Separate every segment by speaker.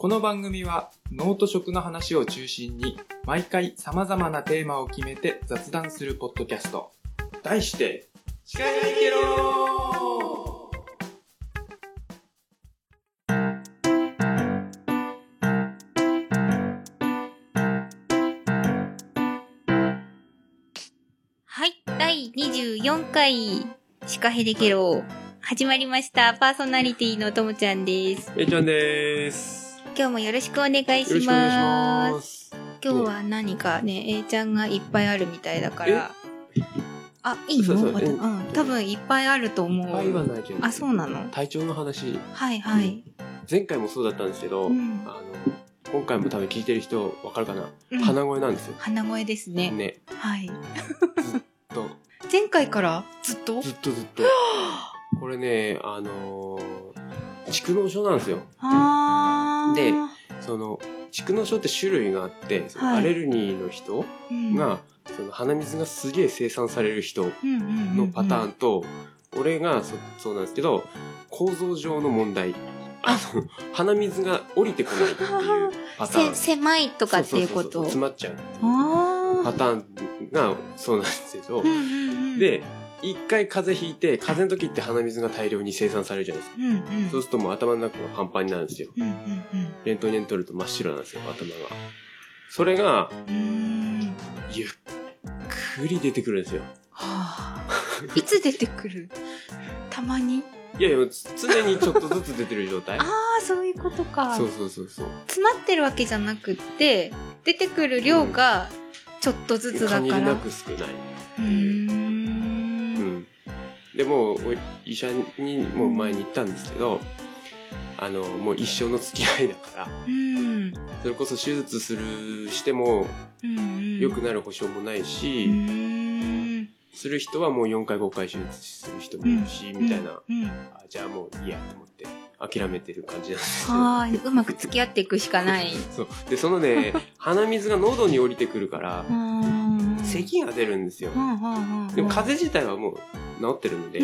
Speaker 1: この番組は脳と食の話を中心に毎回様々なテーマを決めて雑談するポッドキャスト。題して、司会できろ
Speaker 2: はい、第24回シカヘデケロ始まりました。パーソナリティのともちゃんです。
Speaker 1: めいちゃんです。
Speaker 2: 今日もよろしくお願いします。
Speaker 1: よろしくお願いします。
Speaker 2: 今日は何かね、A ちゃんがいっぱいあるみたいだから。あ、いいの？
Speaker 1: そう、
Speaker 2: 多分いっぱいあると思う。
Speaker 1: いっぱいはないけど。
Speaker 2: あ、そうなの？
Speaker 1: 体調の話。
Speaker 2: はいはい。
Speaker 1: 前回もそうだったんですけど、今回も多分聞いてる人わかるかな、鼻声なんですよ。
Speaker 2: 鼻声ですね。
Speaker 1: ね。
Speaker 2: はい。
Speaker 1: ずっと。
Speaker 2: 前回からずっと
Speaker 1: これね、蓄膿症なんですよ。で、その蓄膿症って種類があって、アレルギーの人が、その鼻水がすげえ生産される人のパターンと、俺がそうなんですけど、構造上の問題。鼻水が降りてこないっていうパターン。
Speaker 2: 狭いとかっていうこと？
Speaker 1: 詰まっちゃうパターンがそうなんですけど、で、一回風邪ひいて、風邪の時って鼻水が大量に生産されるじゃないですか。そうするともう頭の中がパンパンになるんですよ。レントゲン取ると真っ白なんですよ、頭が。それが、ゆっくり出てくるんですよ。
Speaker 2: いつ出てくる？たまに？
Speaker 1: いやいや、常にちょっとずつ出てる状態。
Speaker 2: そういうことか。
Speaker 1: そう。
Speaker 2: 詰まってるわけじゃなくって、出てくる量がちょっとずつだから。
Speaker 1: 限りなく少ない。でも医者にも前に行ったんですけど、もう一生の付き合いだから、それこそ手術しても良くなる保証もないし、する人はもう4回5回手術する人もいるし、みたいな、じゃあもういいやと思って諦めてる感じなんですけど。
Speaker 2: うまく付き合っていくしかない。
Speaker 1: そうで、そのね、鼻水が喉に降りてくるから咳が出るんですよ。でも風邪自体はもう治ってるので、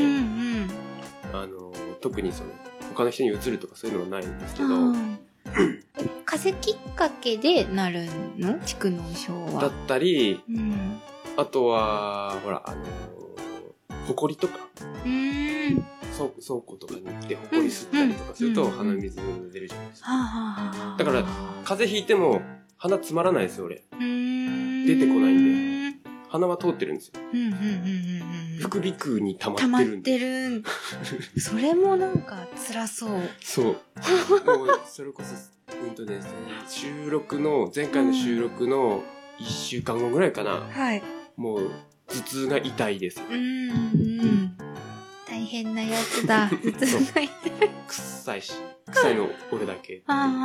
Speaker 1: 特に他の人にうつるとかそういうのはないんですけど、
Speaker 2: 風邪きっかけでなるの？蓄膿症は。
Speaker 1: だったり、あとはほらほこりとか、倉庫とかに行ってほこり吸ったりとかすると鼻水出るじゃないですか。だから風邪ひいても鼻詰まらないですよ、俺。出てこないんで。鼻は通ってるんですよ。副鼻腔に溜まってるんで。
Speaker 2: それもなんか辛そう。
Speaker 1: そう。もうそれこそですね、前回の収録の1週間後ぐらいかな。はい。もう頭痛が痛いですよ。
Speaker 2: 大変なやつだ。頭痛が痛い。
Speaker 1: 臭いの俺だけ。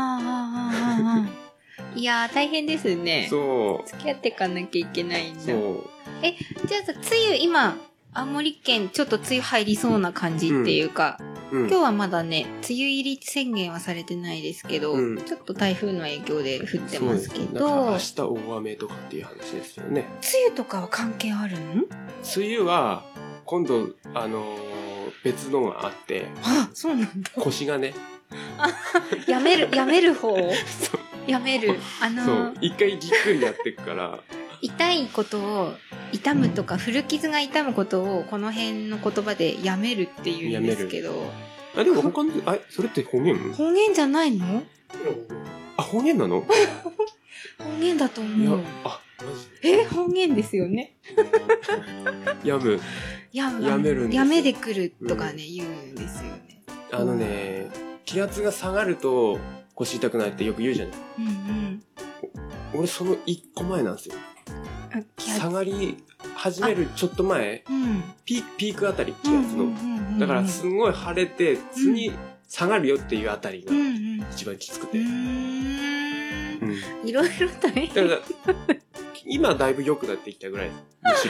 Speaker 2: いやー大変ですね。
Speaker 1: そう。
Speaker 2: 付き合っていかなきゃいけないんだ。
Speaker 1: そう。
Speaker 2: じゃあさ、梅雨今青森県ちょっと梅雨入りそうな感じっていうか、今日はまだね梅雨入り宣言はされてないですけど、ちょっと台風の影響で降ってますけど、
Speaker 1: 明日大雨とかっていう話ですよね。
Speaker 2: 梅雨とかは関係あるの？
Speaker 1: 梅雨は今度別のがあって、
Speaker 2: そうなんだ。
Speaker 1: 腰がね、
Speaker 2: やめる方。やめる。
Speaker 1: そう一回じっくりやってくから。
Speaker 2: 痛いことを痛むとか古傷が痛むことをこの辺の言葉でやめるっていうんですけど。
Speaker 1: でも他のそれって方言？
Speaker 2: 方言じゃないの？
Speaker 1: 方言なの？
Speaker 2: 方言だと思う。
Speaker 1: マジで？
Speaker 2: 方言ですよね。
Speaker 1: やめるんですよ。
Speaker 2: やめでくるとかね、言うんですよね。
Speaker 1: 気圧が下がると腰痛くなるってよく言うじゃない。俺その1個前なんですよ。下がり始めるちょっと前、ピークあたり、気圧の。だからすごい晴れて次下がるよっていうあたりが一番きつくて。
Speaker 2: いろいろ大変。
Speaker 1: だから今だいぶ良くなってきたぐらいです。むしろ。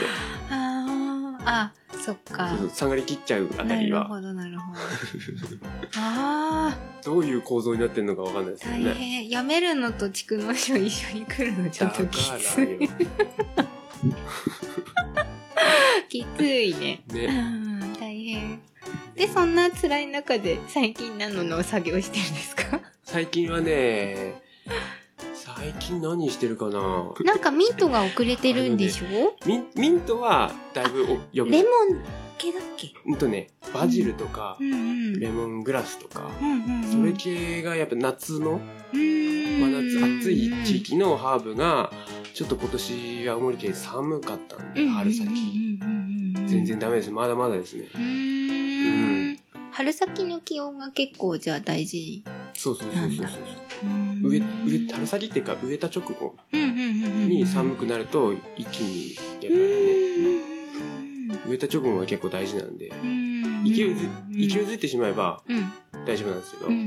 Speaker 2: そっか。
Speaker 1: 下がりきっちゃうあたりは。
Speaker 2: なるほど。
Speaker 1: どういう構造になってるのかわかんないですよね。
Speaker 2: 大変。やめるのと蓄膿症一緒に来るのちょっときつい。きついね。大変。で、そんな辛い中で最近何の作業してるんですか？
Speaker 1: 最近はね、最近何してるかな。
Speaker 2: なんかミントが遅れてるんでしょ？
Speaker 1: ミントはだいぶよく。
Speaker 2: レモン系だっけ？
Speaker 1: バジルとか、レモングラスとか、それ系がやっぱ夏の、真夏暑い地域のハーブが、ちょっと今年は青森県寒かったんで、春先。全然ダメです。まだまだですね。
Speaker 2: 春先の気温が結構じゃあ大事。
Speaker 1: そう。春先っていうか植えた直後に寒くなると一気にやっぱりね、植えた直後が結構大事なんで、勢いづいてしまえば大丈夫なんですけど、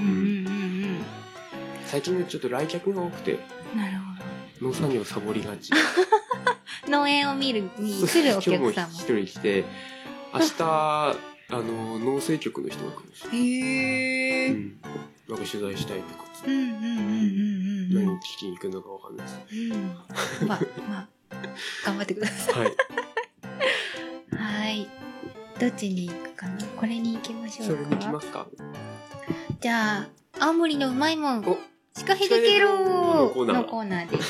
Speaker 1: 最近ちょっと来客が多くて、
Speaker 2: なるほど、
Speaker 1: 農作業サボりがち。
Speaker 2: 農園を見るに来るお客様。今日も
Speaker 1: 一人来て、明日農政局の人が来るんですよ。
Speaker 2: へー。
Speaker 1: なんか取材したいとか。何聞きに行くのかわかんないです。
Speaker 2: まあ、頑張ってください。はい。どっちに行くかな？これに行きましょうか。
Speaker 1: それに行きますか？
Speaker 2: じゃあ、青森のうまいもん。シカヘデケロのコーナーです。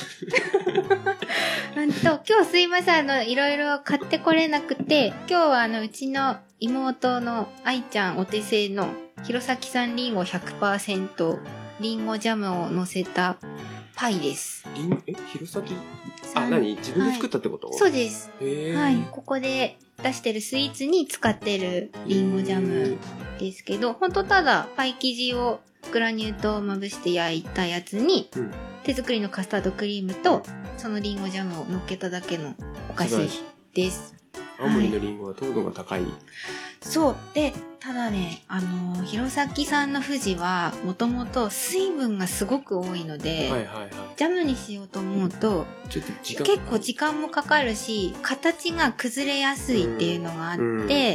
Speaker 2: 今日すいません、いろいろ買ってこれなくて、今日はうちの妹の愛ちゃんお手製の弘前産リンゴ 100% リンゴジャムを乗せたパイです。
Speaker 1: 弘前？何？自分で作ったってこと？
Speaker 2: そうです。はい。ここで出してるスイーツに使ってるリンゴジャムですけど、ほんとただパイ生地をグラニュー糖をまぶして焼いたやつに、手作りのカスタードクリームとそのリンゴジャムを乗っけただけのお菓子です。
Speaker 1: 青森のリンゴは糖度が高い。
Speaker 2: そう。で、ただね、弘前産の富士はもともと水分がすごく多いので、ジャムにしようと思うと、結構時間もかかるし、形が崩れやすいっていうのがあって、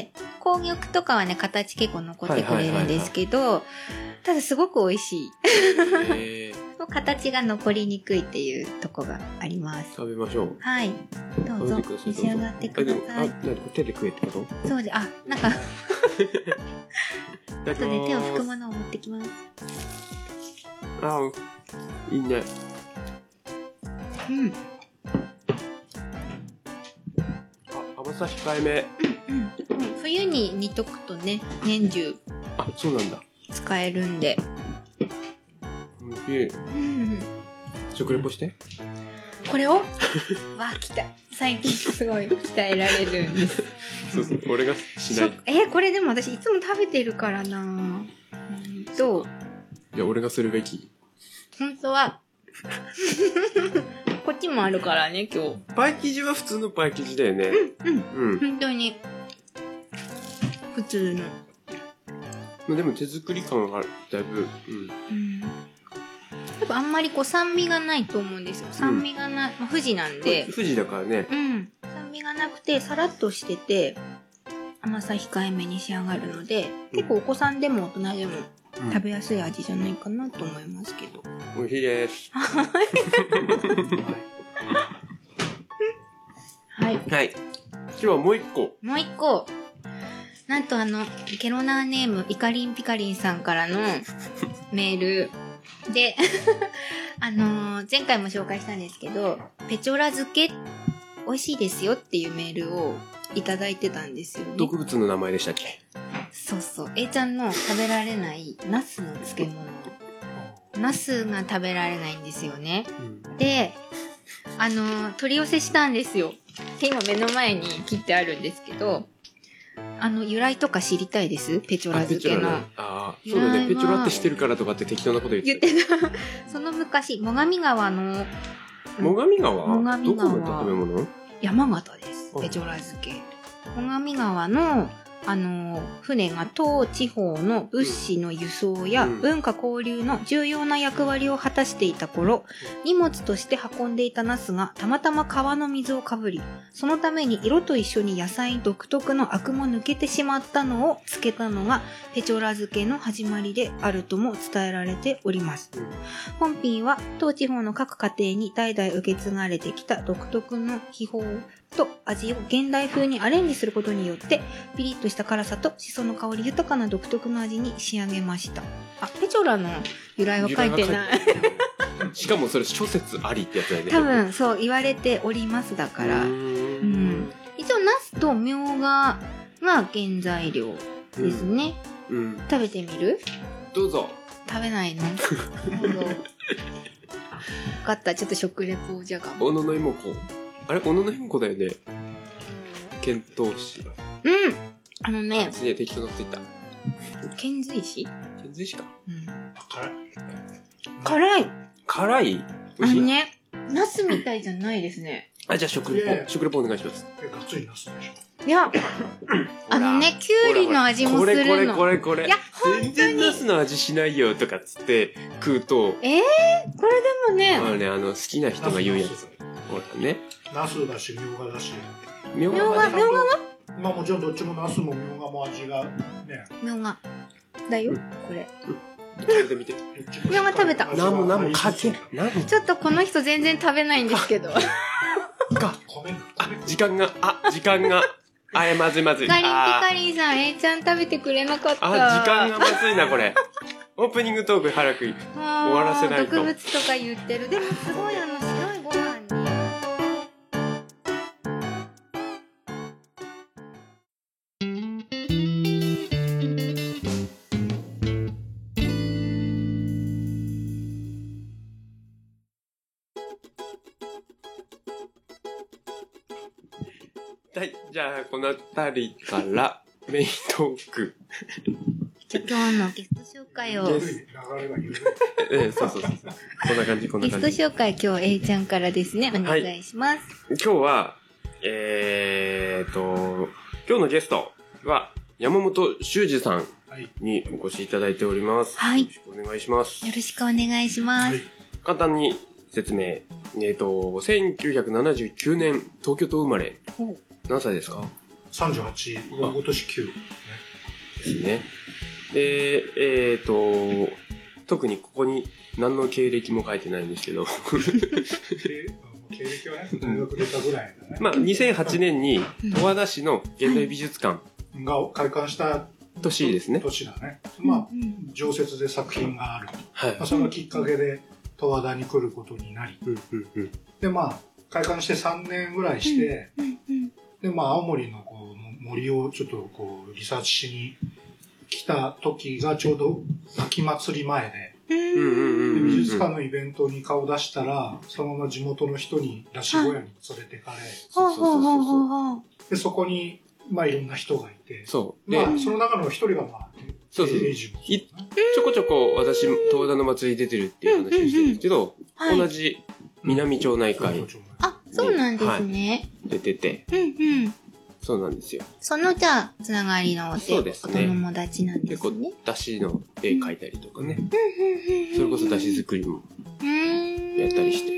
Speaker 2: 紅玉とかはね、形結構残ってくれるんですけど、ただすごく美味しい。形が残りにくいっていうとこがあります。
Speaker 1: 食べましょう。
Speaker 2: はい。どうぞ召し上がってください。
Speaker 1: 手で食えってこと？
Speaker 2: そうで、なんか後で手を拭くものを持ってきます。
Speaker 1: いいね。甘さ控えめ。
Speaker 2: 冬に煮とくとね、年中。
Speaker 1: そうなんだ。
Speaker 2: 使えるんで。
Speaker 1: 食レポして。
Speaker 2: これを来た。最近すごい鍛えられるんです。
Speaker 1: そう俺がしない。
Speaker 2: これでも私いつも食べてるからな。
Speaker 1: いや俺がするべき。
Speaker 2: 本当はこっちもあるからね今日。
Speaker 1: パイ生地は普通のパイ生地だよね。
Speaker 2: 本当に普通の。
Speaker 1: でも手作り感がだいぶ。
Speaker 2: やっぱあんまり酸味がないと思うんですよ。酸味がない、富士なんで。
Speaker 1: 富士だからね。
Speaker 2: 酸味がなくて、さらっとしてて、甘さ控えめに仕上がるので、結構お子さんでも大人でも食べやすい味じゃないかなと思いますけど。
Speaker 1: 美味しいです。はい。今日はもう一個。
Speaker 2: なんとケロナーネーム、イカリンピカリンさんからのメール。で、前回も紹介したんですけど、ペチョラ漬け、美味しいですよっていうメールをいただいてたんですよね。
Speaker 1: 毒物の名前でしたっけ？
Speaker 2: そう。A ちゃんの食べられないナスの漬物。ナスが食べられないんですよね。で、取り寄せしたんですよ。今目の前に切ってあるんですけど、由来とか知りたいです。ペチョラ漬けの。
Speaker 1: そうだね。ペチョラって知ってるからとかって適当なこと言って
Speaker 2: た。その昔、最上川の。
Speaker 1: 最上川？
Speaker 2: どこ
Speaker 1: の食べ物？
Speaker 2: 山形です。ペチョラ漬け。最上川の、船が当地方の物資の輸送や文化交流の重要な役割を果たしていた頃、荷物として運んでいたナスがたまたま川の水をかぶり、そのために色と一緒に野菜独特のアクも抜けてしまったのを漬けたのがペチョラ漬けの始まりであるとも伝えられております。本品は当地方の各家庭に代々受け継がれてきた独特の秘法と味を現代風にアレンジすることによってピリッとした辛さとシソの香り豊かな独特の味に仕上げました。ペチョラの由来は書いてない。
Speaker 1: しかもそれ諸説ありってやつだよね。
Speaker 2: 多分そう言われておりますだから。一応ナスとみょうがが原材料ですね。食べてみる？
Speaker 1: どうぞ。
Speaker 2: 食べないの？どうぞ。分かった、ちょっと食レポじゃが。
Speaker 1: 小野の妹子。あれ小野の妹子だよね。遣唐使。
Speaker 2: あのね。
Speaker 1: 適当なこと言った。
Speaker 2: 遣隋使？
Speaker 1: 遣隋使か。
Speaker 2: 辛い。
Speaker 1: 辛い？
Speaker 2: あのね、ナスみたいじゃないですね。
Speaker 1: じゃあ食レポお願いします。
Speaker 3: がっつりナスでしょ。
Speaker 2: いや、あのね、きゅうりの味もするの。
Speaker 1: これ。
Speaker 2: いや、
Speaker 1: 全然ナスの味しないよとかっつって食うと。
Speaker 2: これでもね。
Speaker 1: 好きな人が言うやつ。ほらね。
Speaker 3: ナスだし、みょうがだし。
Speaker 2: みょうがは？
Speaker 3: まあもちろんどっちもナスもみょうがも味がね。
Speaker 2: みょうが。だよ、これ。
Speaker 1: 食べてみて。
Speaker 2: みょうが食べた。
Speaker 1: なんもかけ。
Speaker 2: ちょっとこの人全然食べないんですけど。
Speaker 1: 時間が。まずい。
Speaker 2: ガリンピカリンさん、ちゃん食べてくれなかった。
Speaker 1: 時間がまずいな、これ。オープニングトーク早く終わらせないと。
Speaker 2: 毒物とか言ってる。でもすごい白いご飯に。
Speaker 1: はい、じゃあこの辺りからメイントーク。
Speaker 2: じゃあ今日のゲスト紹介を。
Speaker 1: そう。こんな感じ。
Speaker 2: ゲスト紹介今日 A ちゃんからですね。お願いします。
Speaker 1: 今日は、今日のゲストは山本修司さんにお越しいただいております。
Speaker 2: はい。
Speaker 1: よろしくお願いします。
Speaker 2: よろしくお願いします。
Speaker 1: 簡単に説明。1979年東京都生まれ。何歳ですか
Speaker 3: ？38、今年9。
Speaker 1: ですね。で、特にここに何の経歴も書いてないんですけど。
Speaker 3: 経歴はね、大学出たぐらいだね。
Speaker 1: まあ、2008年に十和田市の現代美術館
Speaker 3: が開館した
Speaker 1: 年ですね。
Speaker 3: 年だね。まあ、常設で作品がある。
Speaker 1: はい。
Speaker 3: まあ、そのきっかけで十和田に来ることになり。で、まあ、開館して3年ぐらいして、で、まあ、青森のこう森をちょっとこうリサーチしに来た時がちょうど秋祭り前で、美術館のイベントに顔出したら、そのまま地元の人に出し小屋に連れてかれ、で、そこに、まあ、いろんな人がいて、まあ、その中の一人が、まあ、
Speaker 1: ちょこちょこ私、十和田の祭り出てるっていう話をしてるんですけど、同じ南町内会。
Speaker 2: あ、そうなんですね。
Speaker 1: 出てて。そうなんですよ。
Speaker 2: そのじゃあ、つながりのお友達なんですね。
Speaker 1: 結構、だしの絵描いたりとかね。それこそだし作りもやったりして。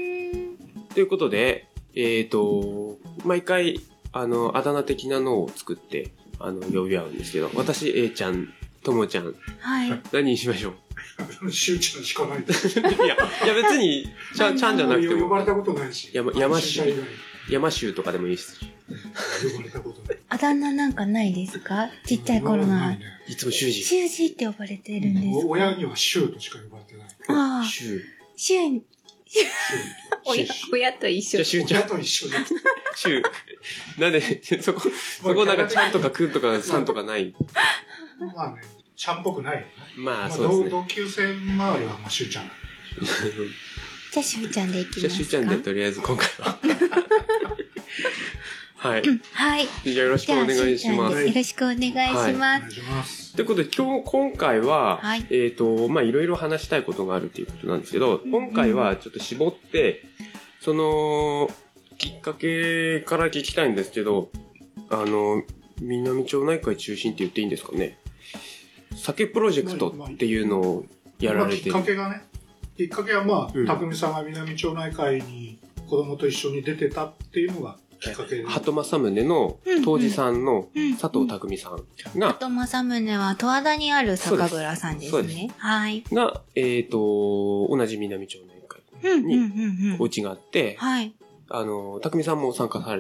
Speaker 1: ということで、毎回、あだ名的なのを作って、呼び合うんですけど、私、A ちゃん、ともちゃん。
Speaker 2: はい。
Speaker 1: 何にしましょ
Speaker 3: う。しゅうちゃんしかないです。
Speaker 1: いや別に、ちゃんじゃなくても。
Speaker 3: 呼ばれたことないし。
Speaker 1: 山州とかでもいいし。
Speaker 3: 呼ばれたことない。
Speaker 2: あだ名なんかないですか？ちっちゃい頃の。
Speaker 1: いつも修二。
Speaker 2: 修二って呼ばれてるんですか？
Speaker 3: 親には修としか呼ばれてない。
Speaker 2: ああ。
Speaker 1: 修。
Speaker 2: 親と一緒。
Speaker 1: じゃあ、
Speaker 3: 親と一緒で。
Speaker 1: 修。なんで、そこなんかちゃんとかくんとかさんとかない。
Speaker 3: まあね、ちゃんっぽくない。
Speaker 1: まあ、そうですね。
Speaker 3: 同級生周りは、まあ、しゅうちゃん。
Speaker 2: じゃあ、しゅうちゃんでいきますか。
Speaker 1: じゃあ、しゅうちゃんで、とりあえず今回は。はい。
Speaker 2: はい。
Speaker 1: じゃあ、よろしくお願いします。
Speaker 2: よろしくお願いします。
Speaker 1: ということで、今回は、まあ、いろいろ話したいことがあるっていうことなんですけど、今回はちょっと絞って、その、きっかけから聞きたいんですけど、南町内会中心って言っていいんですかね。酒プロジェクトっていうのをやられてる。
Speaker 3: きっかけはまあ、匠さんが南町内会に子供と一緒に出てたっていうのがきっかけで。
Speaker 1: 鳩正宗の当時さんの佐藤匠さんが。
Speaker 2: 鳩正宗は十和田にある酒蔵さんですね。はい。
Speaker 1: が、同じ南町内会にお家があって、
Speaker 2: はい。
Speaker 1: 匠さんも参加され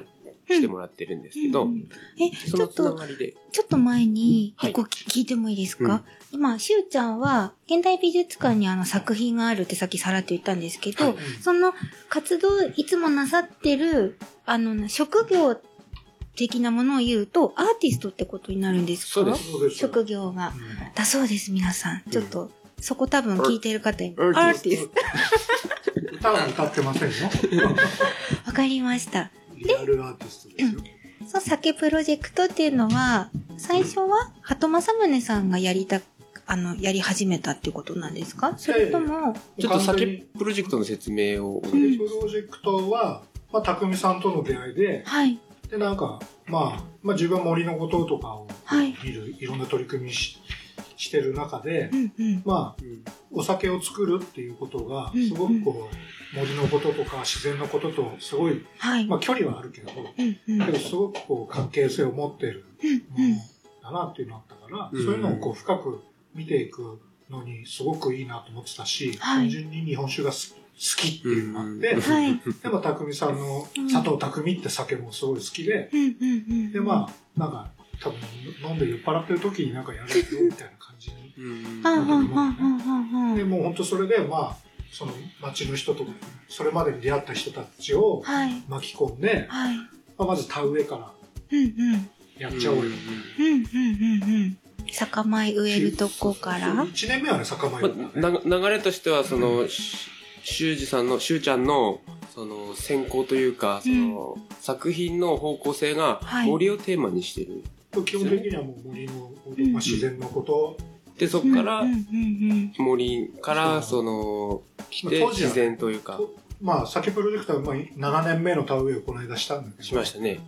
Speaker 1: してもらってるんですけど、そのつながりで。
Speaker 2: ちょっと前に、一個聞いてもいいですか？今、しゅうちゃんは、現代美術館に作品があるってさっきさらっと言ったんですけど、その活動いつもなさってる、職業的なものを言うと、アーティストってことになるんですか？
Speaker 1: そうです。
Speaker 2: 職業が。だそうです、皆さん。ちょっと、そこ多分聞いてる方に、アーティスト。
Speaker 3: 歌は歌ってませんよ。
Speaker 2: わかりました。
Speaker 3: リアルアーティストですよ。
Speaker 2: そう、酒プロジェクトっていうのは、最初は、鳩正宗さんがやり始めたっていうことなんですか？それとも、
Speaker 1: ちょっと酒プロジェクトの説明を。
Speaker 3: 酒プロジェクトは、匠さんとの出会いで、
Speaker 2: はい。
Speaker 3: で、なんか、自分は森のこととかを見る、いろんな取り組みしてる中で、お酒を作るっていうことが、すごくこう、森のこととか自然のこととすごい、距離はあるけど、けどすごくこう関係性を持ってるものだなっていうのがあったから、そういうのをこう深く見ていくのにすごくいいなと思ってたし、単純に日本酒が好きっていうのがあって、でも匠さんの佐藤匠って酒もすごい好きで、でなんか多分飲んで酔っ払ってる時になんかやるよみたいな感じになったと思うね。でもう本当それでその町の人とかそれまでに出会った人たちを巻き込んで、まず田植えからやっちゃおうよ。
Speaker 2: 酒米植えるとこから。
Speaker 3: 1年目はね酒米だね。
Speaker 1: 流れとしてはそのしゅうちゃんのその選考というかその作品の方向性が森をテーマにしてる。
Speaker 3: 基本的にはもう森の自然のこと
Speaker 1: でそこから森からその来て自然というか。
Speaker 3: 酒プロジェクトは7年目の田植えをこの間したんだけど。
Speaker 1: しましたね。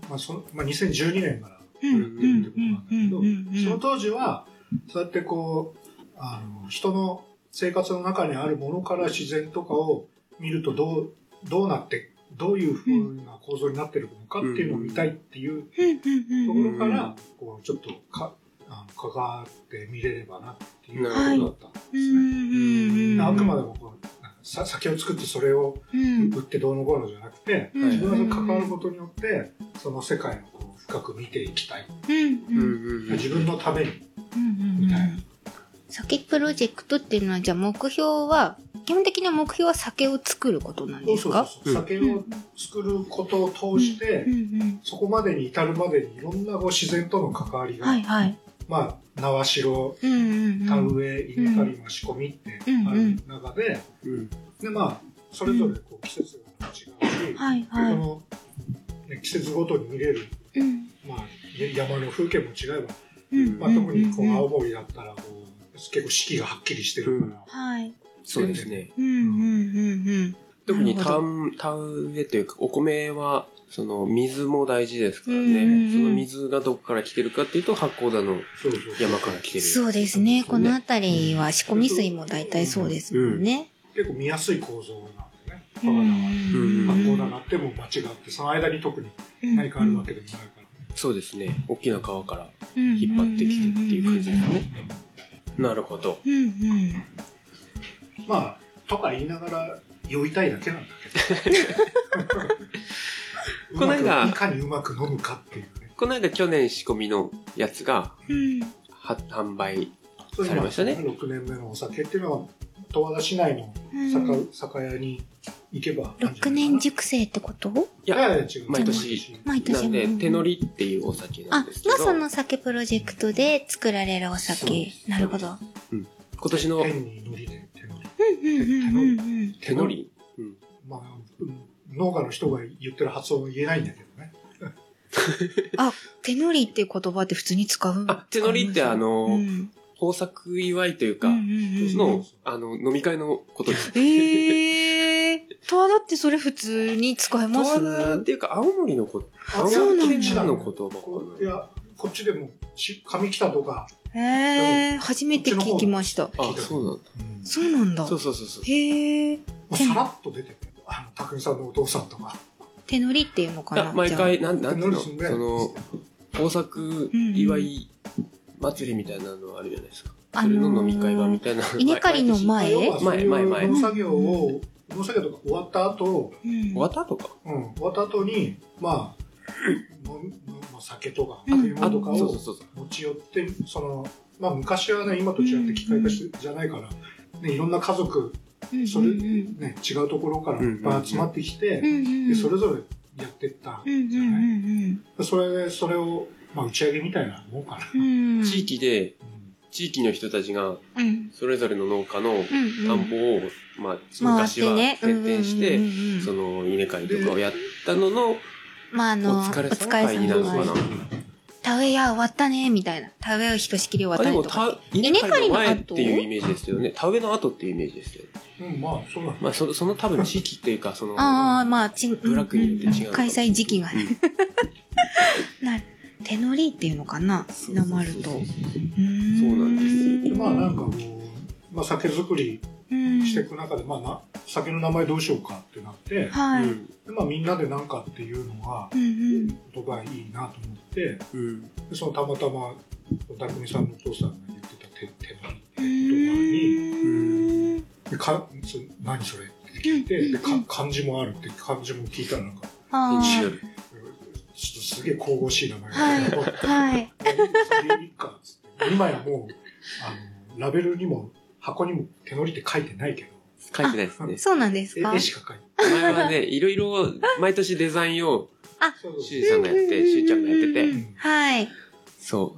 Speaker 3: 2012年からやってるってことなんだけど、その当時はそうやってこう人の生活の中にあるものから自然とかを見るとどうなってどういうふうな構造になってるのかっていうのを見たいっていうところからこうちょっと関わって見れればなっていうことだったんですね。あくまでもこう酒を作ってそれを売ってどうのこうのじゃなくて、自分が関わることによってその世界をこう深く見ていきたい。自分のためにみたいな。
Speaker 2: 酒プロジェクトっていうのはじゃあ目標は基本的な目標は酒を作ることなんですか？
Speaker 3: そう酒を作ることを通して、そこまでに至るまでにいろんな自然との関わりが、縄代、田植え、稲刈り、仕込みってある中で、でそれぞれこう季節が違うし、この季節ごとに見れる、山の風景も違えば、特にこう青森だったらこう結構四季がはっきりしてるから。
Speaker 1: そうですね。特に田植えというかお米はその水も大事ですからね。その水がどこから来てるかっていうと八甲田の山から来てる。
Speaker 2: そうですね。この辺りは仕込み水も大体そうですもんね。
Speaker 3: 結構見やすい構造なんでね。八甲田があっても町があってその間に特に何かあるわけでもないから。
Speaker 1: そうですね。大きな川から引っ張ってきてっていう感じですね。なるほど。
Speaker 3: とか言いながら酔いたいだけなんだけどこの間いかにうまく飲むかっていうね。
Speaker 1: この間去年仕込みのやつが、販売されましたね。
Speaker 3: 6年目のお酒っていうのは十和田市内の酒屋に行けば
Speaker 2: 6年熟成ってこと？
Speaker 1: いや違う。毎年なんで手乗りっていうお酒なんですけど。
Speaker 2: その酒プロジェクトで作られるお酒。なるほど。
Speaker 1: 今年の
Speaker 3: 天に乗りで
Speaker 1: 手乗り。
Speaker 3: 農家の人が言ってる発音言えないんだけどね。
Speaker 2: 手乗りっていう言葉って普通に使う？
Speaker 1: 手乗りって豊作祝いというかの飲み会のことです。
Speaker 2: 十和田ってそれ普通に使えます？
Speaker 1: 十和田っていうか青森の言葉。青森県の言葉。
Speaker 3: いやこっちでも上北とか。
Speaker 2: 初めて聞きました。
Speaker 1: そうなんだ。
Speaker 2: そうなんだ。
Speaker 1: そう。
Speaker 3: さらっと出てる。匠さんのお父さんとか。
Speaker 2: 手乗りっていうのかな。
Speaker 1: 毎回なんていうのその豊作祝い祭りみたいなのあるじゃないですか。それの飲み会場みたいな。
Speaker 2: 稲刈りの前。
Speaker 3: 農作業とか終わった後。
Speaker 1: 終わった後か。
Speaker 3: 終わった後に酒とか食い物とかを持ち寄って、昔はね、今と違って機械化じゃないから、ね、いろんな家族、それ、ね、違うところからいっぱい集まってきて、でそれぞれやってったんじゃない。それを、打ち上げみたいなもんかな。
Speaker 1: 地域で、地域の人たちが、それぞれの農家の田んぼを、昔は設定して、その稲刈りとかをやったのの、お疲れ様会になるのかな。
Speaker 2: 田植えや終わったね、みたいな。田植えをひとしきり終わったねとか。
Speaker 1: 稲刈りの前っていうイメージですよね。田植えの後っていうイメージですよ。
Speaker 3: そうなんだ。
Speaker 1: その多分地域っていうか、ブラックによって違う。
Speaker 2: 開催時期が。手乗りっていうのかな、なまると。そう
Speaker 1: なんです。
Speaker 3: なんか酒造りしていく中で、酒の名前どうしようかってなって、みんなでなんかっていうのが、言葉いいなと思って、そのたまたま、匠さんのお父さんが言ってた手乗りって言葉に、何それって聞いて、漢字もあるって漢字も聞いたらなんか、ちょっとすげえ神々しい名前だけど、今やもう、ラベルにも箱にも手乗りって書いてないけど。
Speaker 1: 書いてないですね。
Speaker 2: そうなんですか？
Speaker 3: 絵しか書いてない。
Speaker 1: 前はね、いろいろ毎年デザインを、しゅうじさんがやって、しゅうちゃんがやってて。
Speaker 2: はい。
Speaker 1: そう、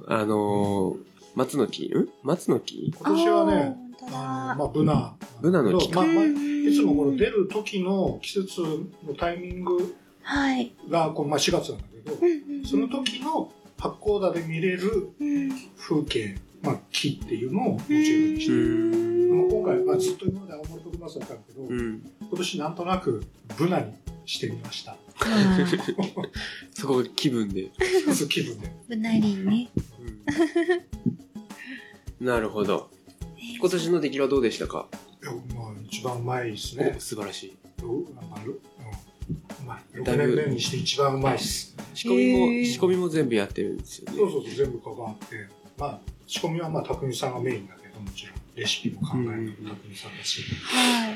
Speaker 1: 松の木今
Speaker 3: 年はね、ブナの木。いつもこの出る時の季節のタイミングが4月なんだけど、その時の八甲田で見れる風景、木っていうのをモチーフにしてる。今回、ずっと今まで青森特マスだったんだけど、今年なんとなくブナにしてみました。
Speaker 1: そこ気分で。
Speaker 3: 気分で。
Speaker 2: ブナリンね。
Speaker 1: なるほど。今年の出来はどうでしたか？
Speaker 3: 一番うまいですね。
Speaker 1: 素晴らしい。
Speaker 3: 6年目にして一番うまいです。
Speaker 1: 仕込みも全部やってるんですよね。
Speaker 3: そう全部関わって。仕込みは匠さんがメインだけど、もちろんレシピも考える匠さんだし。
Speaker 2: はい。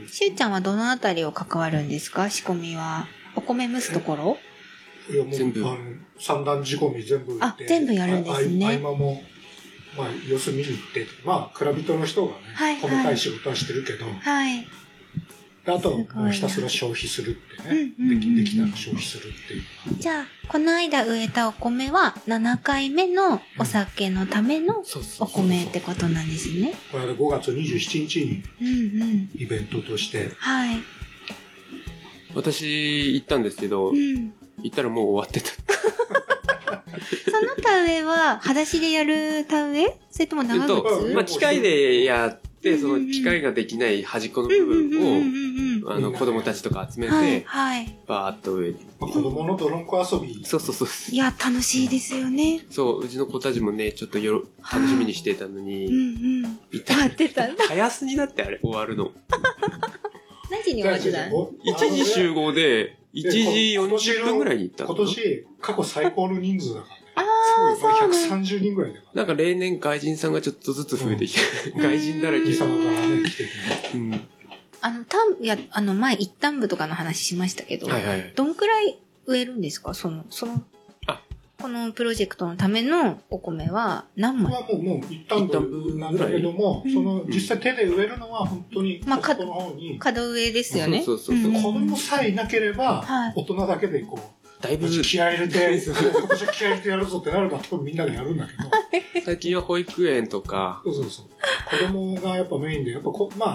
Speaker 2: しゅうちゃんはどのあたりを関わるんですか？仕込みは。お米蒸すところ？
Speaker 3: いや、もう、三段仕込み全部
Speaker 2: 全部やるんですね。
Speaker 3: 合間も、様子見に行って、蔵人の人がね、細かい仕事はしてるけど、あとひたすら消費するってね、できたら消費するっていう。
Speaker 2: じゃあ、この間植えたお米は7回目のお酒のためのお米ってことなんですね。
Speaker 3: これで5月27日にイベントとして。
Speaker 1: 私行ったんですけど、行ったらもう終わってた。
Speaker 2: その田植えは裸足でやる田植え？それとも長靴？
Speaker 1: 機械でやって、その機械ができない端っこの部分を、子供たちとか集めて、バーッと植えて。
Speaker 3: 子供の泥んこ遊び。
Speaker 1: そう。
Speaker 2: いや、楽しいですよね。
Speaker 1: そう、うちの子たちもね、ちょっと楽しみにしてたのに、
Speaker 2: やってたんだ。
Speaker 1: 早すぎだってあれ、終わるの。
Speaker 2: 何時に終わってたの？
Speaker 1: 1 時集合で、1時40分ぐらいに行ったの。
Speaker 3: 今年、過去最高の人数だからね。130人ぐらいだから。
Speaker 1: なんか例年外人さんがちょっとずつ増えてきて、外人だらけ。
Speaker 3: 様からね、来てて。
Speaker 2: 前一旦部とかの話しましたけど、どんくらい植えるんですか？このプロジェクトのためのお米は何枚？
Speaker 3: もう一旦部なんだけども、実際手で植えるのは本当に、
Speaker 2: 門植えですよね。
Speaker 3: そう。子供さえいなければ、大人だけでだいぶ気合い入れて、今年は気合い入れてやるぞってなれば多分みんなでやるんだけど。
Speaker 1: 最近は保育園とか。
Speaker 3: そう。子供がやっぱメインで、やっぱ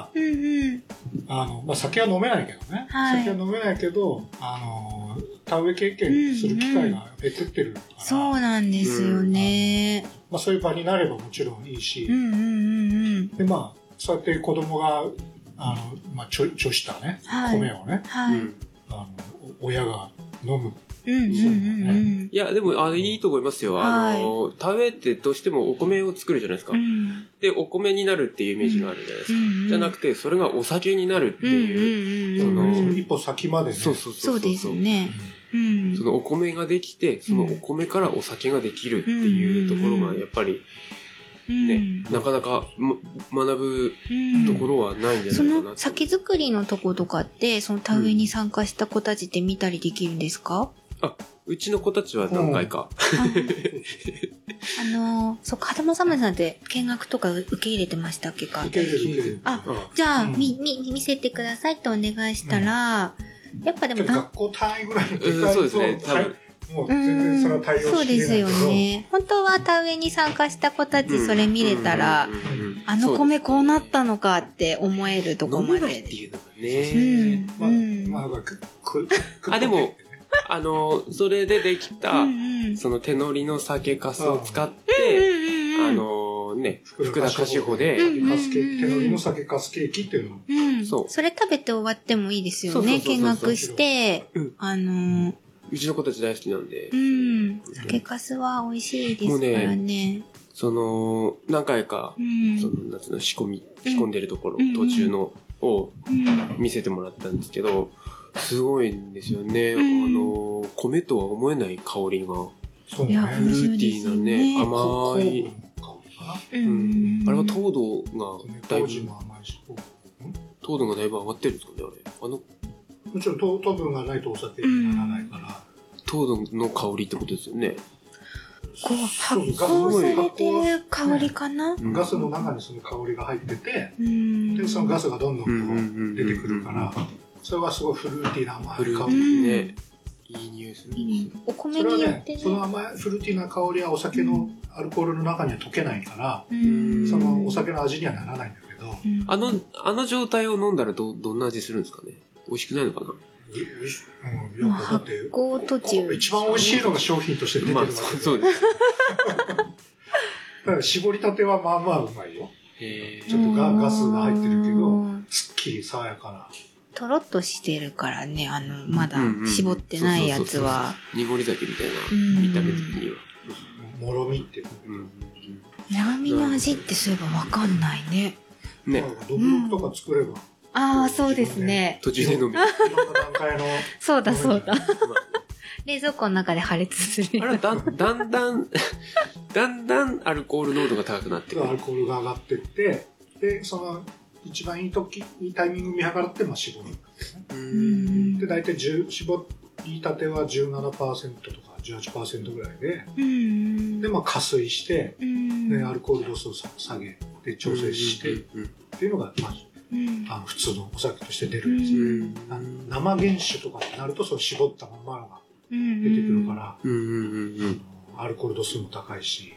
Speaker 3: 酒は飲めないけどね。酒は飲めないけど、田植え経験する機会が減ってってるから。
Speaker 2: そうなんですよね。
Speaker 3: そういう場になればもちろんいいし。で、そうやって子供が、貯したね、米をね、親が飲む。
Speaker 1: いや、でも、いいと思いますよ。田植えってどうしてもお米を作るじゃないですか。で、お米になるっていうイメージがあるじゃないですか。じゃなくて、それがお酒になるっていう。
Speaker 3: 一歩先までね。
Speaker 2: そうですね。
Speaker 1: そのお米ができて、そのお米からお酒ができるっていうところが、やっぱり、ね、なかなか学ぶところはないんじゃないかな。
Speaker 2: その酒造りのとことかって、その田植えに参加した子たちって見たりできるんですか？
Speaker 1: うちの子たちは何回か。
Speaker 2: そう、風間サムさんって見学とか受け入れてましたっけか？
Speaker 3: 受け入れる。
Speaker 2: じゃあ、見せてくださいってお願いしたら、やっぱでも
Speaker 3: 学校単位ぐらいのでかいと、
Speaker 1: そうですね、多分。
Speaker 3: もう全然それは対応してないけど。
Speaker 2: そうですよね。本当は田植えに参加した子たちそれ見れたら、あの米こうなったのかって思えるとこまで。
Speaker 1: 飲めないっていうのがね。でも、それでできた、その手乗りの酒粕を使って、福田菓子舗で、
Speaker 3: 手乗りの酒粕ケーキっていうの。
Speaker 2: そう。それ食べて終わってもいいですよね。見学して、
Speaker 1: うちの子たち大好きなんで。
Speaker 2: 酒粕は美味しいですからね。
Speaker 1: 何回か、夏の仕込んでるところ、途中のを見せてもらったんですけど、すごいんですよね。米とは思えない香りが。
Speaker 3: そうね。
Speaker 1: フルーティーなね、甘い。あれは糖度がだいぶ、糖度がだいぶ上がってるんですかね、あれ。
Speaker 3: もちろん糖分がないとお酒にならないから。
Speaker 1: 糖度の香りってことですよね。
Speaker 2: 発酵されてる香りかな？
Speaker 3: ガスの中にその香りが入ってて、で、そのガスがどんどん出てくるから、それはすごいフルーティーな甘い香り
Speaker 1: ね。いい匂いする。
Speaker 2: お米によってね。
Speaker 3: その甘いフルーティーな香りはお酒のアルコールの中には溶けないから、そのお酒の味にはならないんだけど。
Speaker 1: あの状態を飲んだらどんな味するんですかね？美味しくないのかな？
Speaker 2: 発酵途中。
Speaker 3: 一番美味しいのが商品として出てるわけで。
Speaker 1: そうです。
Speaker 3: だから絞りたてはまあまあうまいよ。ちょっとガスが入ってるけど、すっきり爽やかな。
Speaker 2: とろっとしてるからね、まだ絞ってないやつは。
Speaker 1: 濁り酒みたいな見た目的には。
Speaker 3: もろみっていう。
Speaker 2: もろみの味ってそういえばわかんないね。
Speaker 3: ね。ドブロとか作れば。
Speaker 2: ああ、そうですね。
Speaker 1: 途中で飲み。いろんな
Speaker 3: 段階の。
Speaker 2: そうだ。冷蔵庫の中で破裂する。
Speaker 1: あれだんだんアルコール濃度が高くなってくる。
Speaker 3: アルコールが上がってって、で、その、一番いいタイミング見計らって、絞る。で、大体絞りたては 17% とか 18% ぐらいで、で、加水して、で、アルコール度数を下げて調整して、っていうのが、普通のお酒として出るんですね。生原酒とかになると、その絞ったままが出てくるから、アルコール度数も高いし。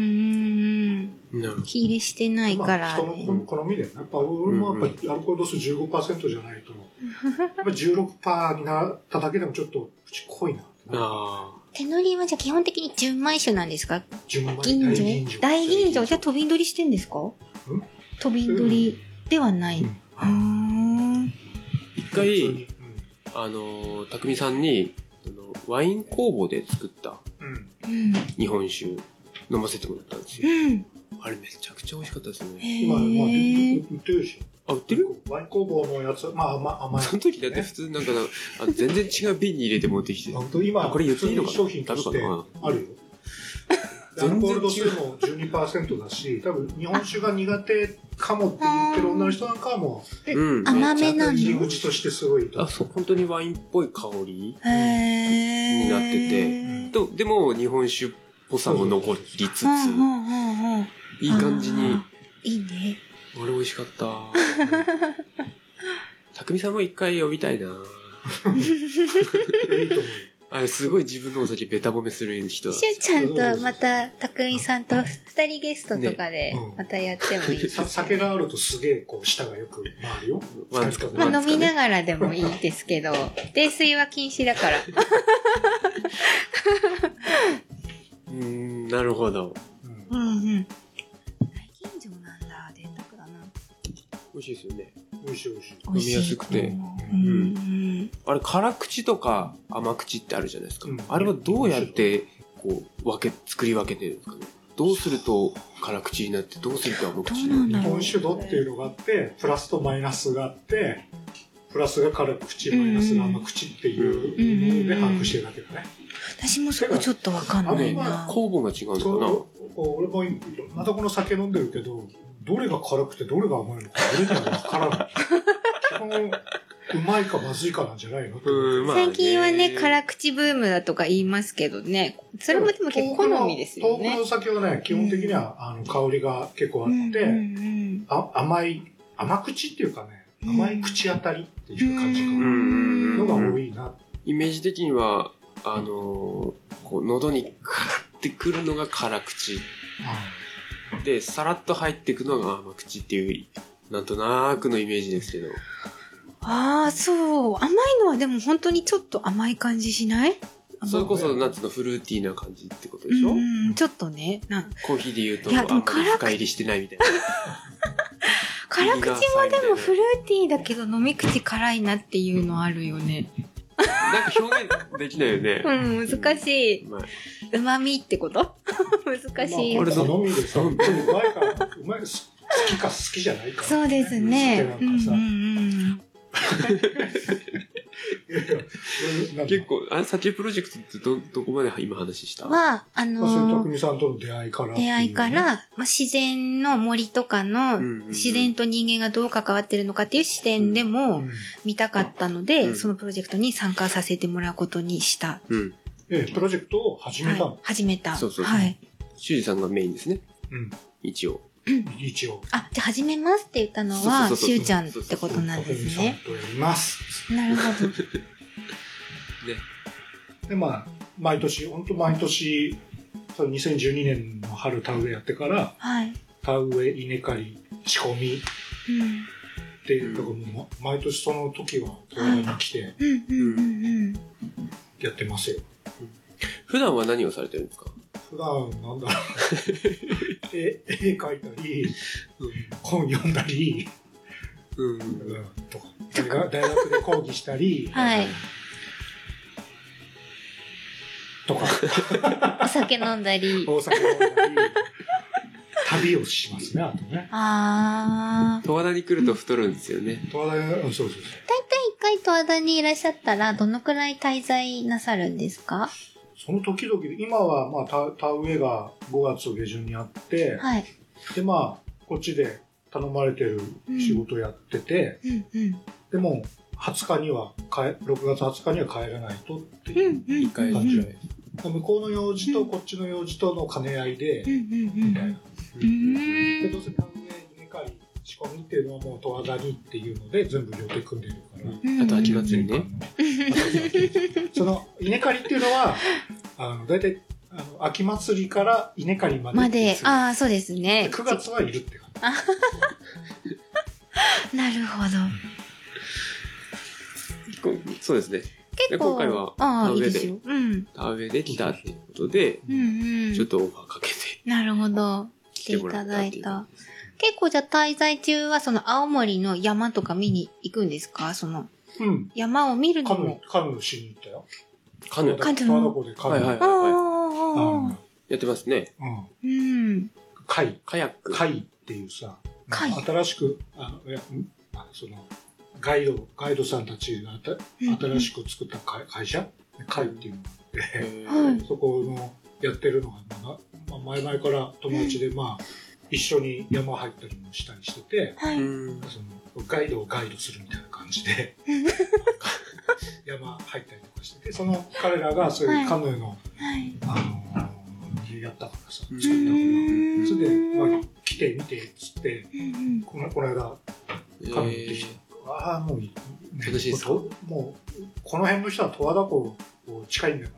Speaker 2: 火入れしてないから。
Speaker 3: 人の好みで、やっぱ俺もやっぱアルコール度数 15% じゃないと、やっぱ 16% になっただけでもちょっと口濃いな。
Speaker 2: 手乗りはじゃあ基本的に純米酒なんですか？
Speaker 3: 純米
Speaker 2: 大吟醸じゃあ飛びん取りしてんですか？飛びん取りではない。
Speaker 1: 一回、匠さんに、ワイン工房で作った日本酒飲ませてもらったんですよ。あれめちゃくちゃ美味しかったですね。
Speaker 3: 今、売ってるでしょ。
Speaker 1: 売ってる？
Speaker 3: ワイン工房のやつ、甘い。
Speaker 1: その時だって普通なんか全然違う瓶に入れて持ってきて。
Speaker 3: 今、
Speaker 1: これ言っていいのかな？
Speaker 3: 商品としてあるよ。アルコール度数も 12% だし、多分日本酒が苦手かもって言ってる女の人なんかはも
Speaker 2: う、甘めなの？
Speaker 3: 入り口としてすごい。
Speaker 1: そう、本当にワインっぽい香りになってて、でも日本酒っぽさも残りつつ、いい感じに。
Speaker 2: いいね。
Speaker 1: あれ美味しかった。匠さんも一回呼びたいな。いいと思う。あれすごい自分のお酒ベタ褒めする人だ。
Speaker 2: しゅうちゃんとまた、たくみさんと二人ゲストとかでまたやってもいい。
Speaker 3: 酒があるとすげえ舌がよく回るよ。
Speaker 2: 飲みながらでもいいですけど、泥酔は禁止だから。
Speaker 1: なるほど。
Speaker 2: 大吟醸なんだ、贅沢だな。
Speaker 1: 美味しいですよね。
Speaker 3: 美味しい。
Speaker 1: 飲みやすくて。あれ、辛口とか甘口ってあるじゃないですか。あれはどうやって、作り分けてるんですかね。どうすると辛口になって、どうすると甘口になって。
Speaker 3: 日本酒度っていうのがあって、プラスとマイナスがあって、プラスが辛口、マイナスが甘口っていうので把握してるだけだね。
Speaker 2: 私もそこちょっとわかんないな。
Speaker 1: 酵母が違うのかな。
Speaker 3: 俺もまたこの酒飲んでるけど、どれが辛くてどれが甘いのか俺にはわからない。基本うまいかまずいかなんじゃないの、
Speaker 1: まあね、
Speaker 2: 最近はね、辛口ブームだとか言いますけどね。それもでも結構好みですよね。
Speaker 3: 豆腐の先はね、基本的には、香りが結構あって、甘口っていうかね、甘い口当たりっていう感じのが多いな。
Speaker 1: イメージ的には、こう喉にカーってくるのが辛口。で、さらっと入っていくのが甘口っていう、なんとなくのイメージですけど。
Speaker 2: ああ、そう。甘いのはでも本当にちょっと甘い感じしない？
Speaker 1: それこそ、なんつうの、フルーティーな感じってことでしょ？
Speaker 2: ちょっとね。
Speaker 1: コーヒーで言うと、あんまり深入りしてないみたいな。
Speaker 2: 辛口もでもフルーティーだけど飲み口辛いなっていうのあるよね。
Speaker 1: なんか表現できないよね。
Speaker 2: 難しい。旨味ってこと難しい。
Speaker 3: 俺の飲みでさ、うまいから、好きか好きじゃないか。
Speaker 2: そうですね。
Speaker 1: 結構、サチプロジェクトってどこまで今話した？
Speaker 3: は、匠さんとの出会いから、
Speaker 2: 自然の森とかの自然と人間がどう関わってるのかっていう視点でも見たかったので、そのプロジェクトに参加させてもらうことにした。
Speaker 3: プロジェクトを始めたの？
Speaker 2: 始めた。
Speaker 1: そう。はい。修二さんがメインですね。一応。
Speaker 3: じゃ
Speaker 2: あ始めますって言ったのは、しゅうちゃんってことなんですね。なるほど。
Speaker 3: で、毎年、その2012年の春田植えやってから、田植え、稲刈り、仕込み、で、だからもう毎年その時は十和田に来て、やってますよ。
Speaker 1: 普段は何をされてるんですか？
Speaker 3: 普段なんだろう絵描いたり、本読んだり、とか大学で講義したり、とか
Speaker 2: お酒飲んだり
Speaker 3: 旅をしますね、あとね。
Speaker 1: 十和田に来ると太るんですよね。
Speaker 3: 十和田に、そう。
Speaker 2: 大体一回十和田にいらっしゃったらどのくらい滞在なさるんですか？
Speaker 3: その時々で、今は田植えが5月下旬にあって、でこっちで頼まれてる仕事やってて、でも20日には6月20日には帰らないとっていう感じで、向こうの用事とこっちの用事との兼ね合いで、みたいな。で、どうせ田植え、稲刈り、仕込みっていうのはもう十和田にっていうので全部予定組んでるから。
Speaker 1: あと秋祭りね。
Speaker 3: その稲刈りっていうのは、だいたい秋祭りから稲刈りまで。
Speaker 2: そうですね。
Speaker 3: 9月はいるって感
Speaker 2: じ。なるほど。
Speaker 1: そうですね。今回は田植えで来たっていうことで、ちょっとオファーかけて。
Speaker 2: なるほど。来ていただいた。結構じゃあ滞在中はその青森の山とか見に行くんですか？その山を見るのも。
Speaker 3: カヌーしに行ったよ。
Speaker 1: カヌー。
Speaker 3: 十和田湖でカヌー。
Speaker 1: やってますね。
Speaker 3: カヤック。貝っていうさ、新しく、その、ガイドさんたちが新しく作った会社貝っていうのがあって、そこのやってるのが、前々から友達で、一緒に山入ったりもしたりしてて、そのガイドをガイドするみたいな感じで、山入ったりとかしてて、その彼らがそういうカヌーの、やったからさ、作ったから、それで、来てみてっつって、この間、カヌーってきて、もう、
Speaker 1: 楽しいですか？
Speaker 3: もう、この辺の人は十和田湖近いんだから、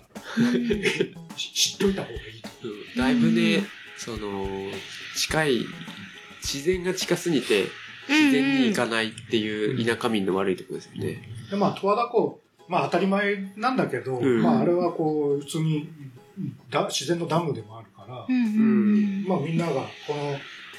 Speaker 3: 知っといた方がいい。
Speaker 1: だいぶね、近い、自然が近すぎて、自然に行かないっていう田舎民の悪いところですよね。で、
Speaker 3: 十和田湖、当たり前なんだけど、あれは普通に自然のダムでもあるから、みんながこの、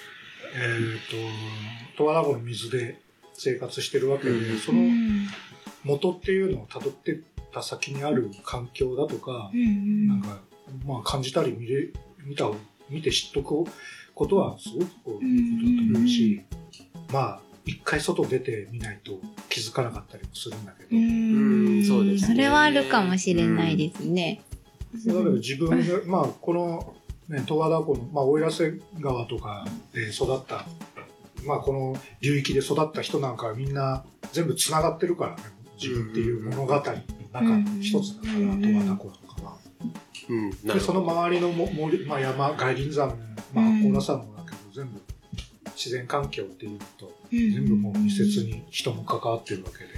Speaker 3: 十和田湖の水で生活してるわけで、その元っていうのを辿ってった先にある環境だとか、なんか、感じたり見て知っとくことはすごくいいことだと思うし、一回外出てみないと気づかなかったりもするんだけど。
Speaker 2: そうですね。それはあるかもしれないですね。
Speaker 3: だけど自分が、この、十和田湖の、奥入瀬川とかで育った、この流域で育った人なんかはみんな全部繋がってるからね。自分っていう物語の中の一つだから、十和田湖なんかは。で、その周りの森、まあ山、外輪山も、まあ、高良山もだけど、全部自然環境っていうのと、全部もう密接に人も関わってるわけで。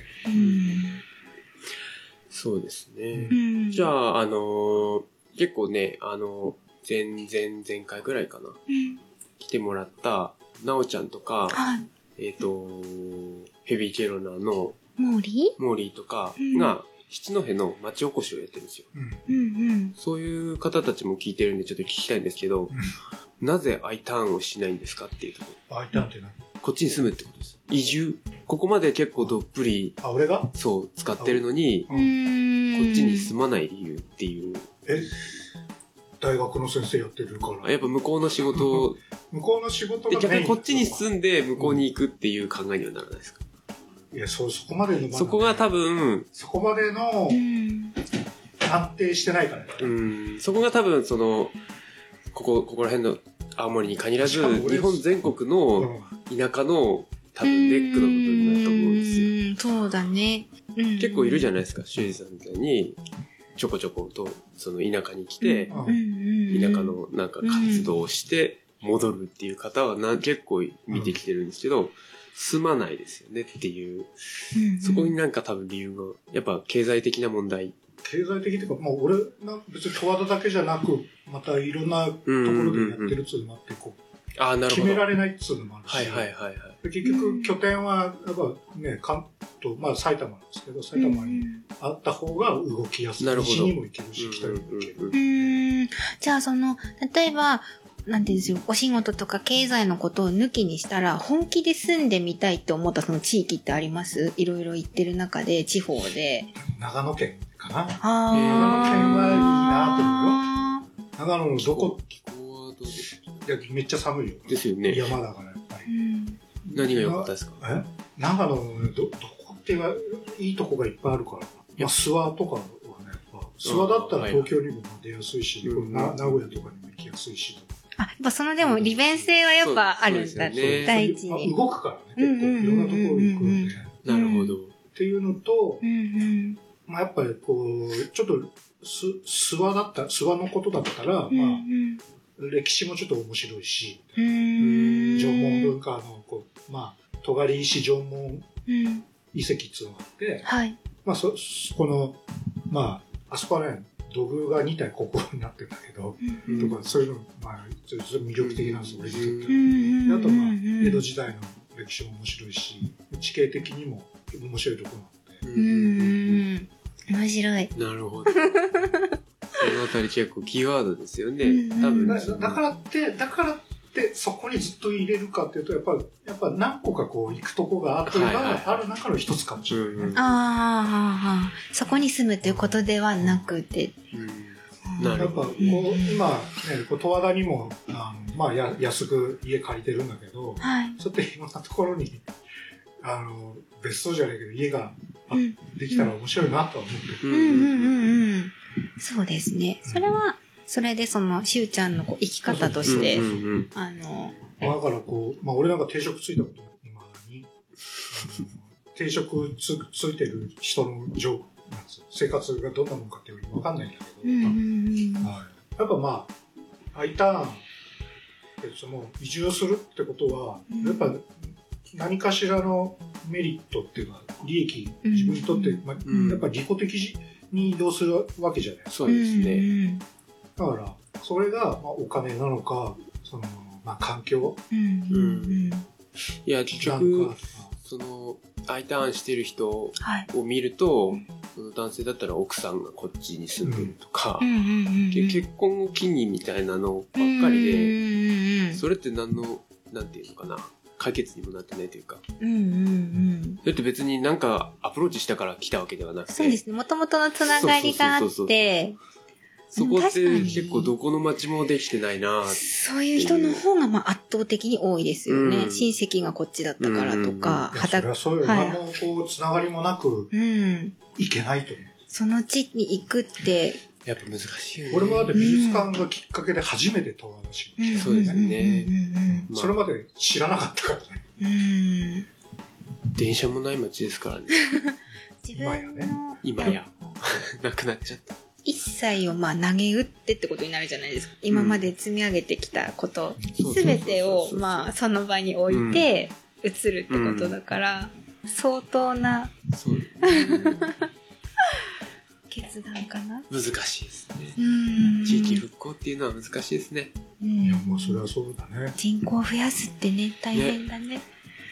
Speaker 1: そうですね。じゃあ、結構ね、前回ぐらいかな。来てもらった、なおちゃんとか、ヘビーケロナーの、モーリーとかが、七戸の町おこしをやってるんですよ。そういう方たちも聞いてるんでちょっと聞きたいんですけど、なぜ I ターンをしないんですかっていうところ。
Speaker 3: I ターンって何？
Speaker 1: こっちに住むってことです。移住。ここまで結構どっぷり、
Speaker 3: 俺が
Speaker 1: そう、使ってるのに、こっちに住まない理由っていう。
Speaker 3: 大学の先生やってるから。
Speaker 1: やっぱ向こうの仕事
Speaker 3: 向こうの仕事が
Speaker 1: 逆にこっちに住んで向こうに行くっていう考えにはならないですか？
Speaker 3: いや、そこまでの、
Speaker 1: そこが多分、
Speaker 3: そこまでの、安定してないから
Speaker 1: ね。そこが多分、ここら辺の青森に限らず、日本全国の田舎の多分ネックの部分だと思うんですよ。
Speaker 2: そうだね。
Speaker 1: 結構いるじゃないですか、修二さんみたいに、ちょこちょことその田舎に来て、田舎のなんか活動をして戻るっていう方は結構見てきてるんですけど、住まないですよねっていう、そこになんか多分理由が、やっぱ経済的な問題。
Speaker 3: 経済的っていうか、まあ俺、別に十和田だけじゃなく、またいろんなところでやってるっつうのもあって、こう、
Speaker 1: なるほど。
Speaker 3: 決められないっつうのもあるし、結局拠点は、やっぱね、関東、まあ埼玉なんですけど、埼玉にあった方が動きやすい。西にも行けるし、北にも行ける。
Speaker 2: じゃあ例えば、なんていうんですよ、お仕事とか経済のことを抜きにしたら、本気で住んでみたいって思ったその地域ってあります？いろいろ行ってる中で、地方で。
Speaker 3: 長野県かな。長野県はいいなと思うよ。長野のどこ？気候はどうですか？いや、めっちゃ寒いよ。
Speaker 1: ですよね。
Speaker 3: 山だからやっぱり。
Speaker 1: 何が良かったですか？
Speaker 3: 長野のどこっていいとこがいっぱいあるから。まあ、諏訪とかはね、やっぱ、諏訪だったら東京にも出やすいし、名古屋とかにも行きやすいし。
Speaker 2: やっぱでも利便性はやっぱあるんだね。第一に。
Speaker 3: 動くからね、結構いろんなところ行くので。
Speaker 1: なるほど。
Speaker 3: っていうのと、まあやっぱりこう、ちょっと、諏訪のことだったら、まあ、歴史もちょっと面白いし、縄文文化の、まあ、戸狩石縄文遺跡っていうのがあって、まあそこの、まあ、あそこはね、土偶が2体国宝になってるんだけど、とか、そういうの、まあ、魅力的なんですよ、俺にとっては。あと、まあ、江戸時代の歴史も面白いし、地形的にも面白いところなんで。
Speaker 2: 面白い。
Speaker 1: なるほど。そのあたり結構キーワードですよね。多分。
Speaker 3: だからってそこにずっと入れるかっていうと、やっぱ何個かこう行くとこがある中の一つかもしれないね。
Speaker 2: そこに住むということではなくて。
Speaker 3: やっぱこう今ね、十和田にもまあ安く家借りてるんだけど、そうやっていろんなところに別荘じゃないけど家ができたら面白いなとは思ってる。
Speaker 2: そうですね。それはそれでしゅうちゃんの生き方として、
Speaker 3: だからこう、まあ俺なんか定職ついたこと今に、定職ついてる人の生活がどんなもんかっていうのわかんないんだけど、やっぱまあ、I ターンって移住するってことは、やっぱ何かしらのメリットっていうか、利益、自分にとって、やっぱ利己的に移動するわけじゃないですか。
Speaker 1: そうですね。
Speaker 3: だから、それが、まあ、お金なのか、まあ、環境。
Speaker 1: いや、結局、I ターンしてる人を見ると、男性だったら奥さんがこっちに住んでるとか、結婚を機にみたいなのばっかりで、それってなんていうのかな、解決にもなってないというか。だって別になんかアプローチしたから来たわけではなくて。
Speaker 2: そうですね。もともとのつながりがあって、
Speaker 1: そこって結構どこの町もできてないな。
Speaker 2: そういう人の方が圧倒的に多いですよね。親戚がこっちだったからとか。
Speaker 3: それはそうよ。何もこうつながりもなくいけないと思う。
Speaker 2: その地に行くって。
Speaker 1: やっぱ難しいよね。
Speaker 3: 俺もだって美術館がきっかけで初めて十和田市に来た。
Speaker 1: そうですね。
Speaker 3: それまで知らなかったからね。
Speaker 1: 電車もない街ですからね。
Speaker 2: 自分の
Speaker 1: 今やなくなっちゃった。
Speaker 2: 一切を投げ打ってってことになるじゃないですか。今まで積み上げてきたこと、すべてをその場に置いて移るってことだから、相当な決断かな。
Speaker 1: 難しいですね。地域復興っていうのは難しいですね。
Speaker 3: いや、もうそれはそうだね。
Speaker 2: 人口を増やすってね、大変だね。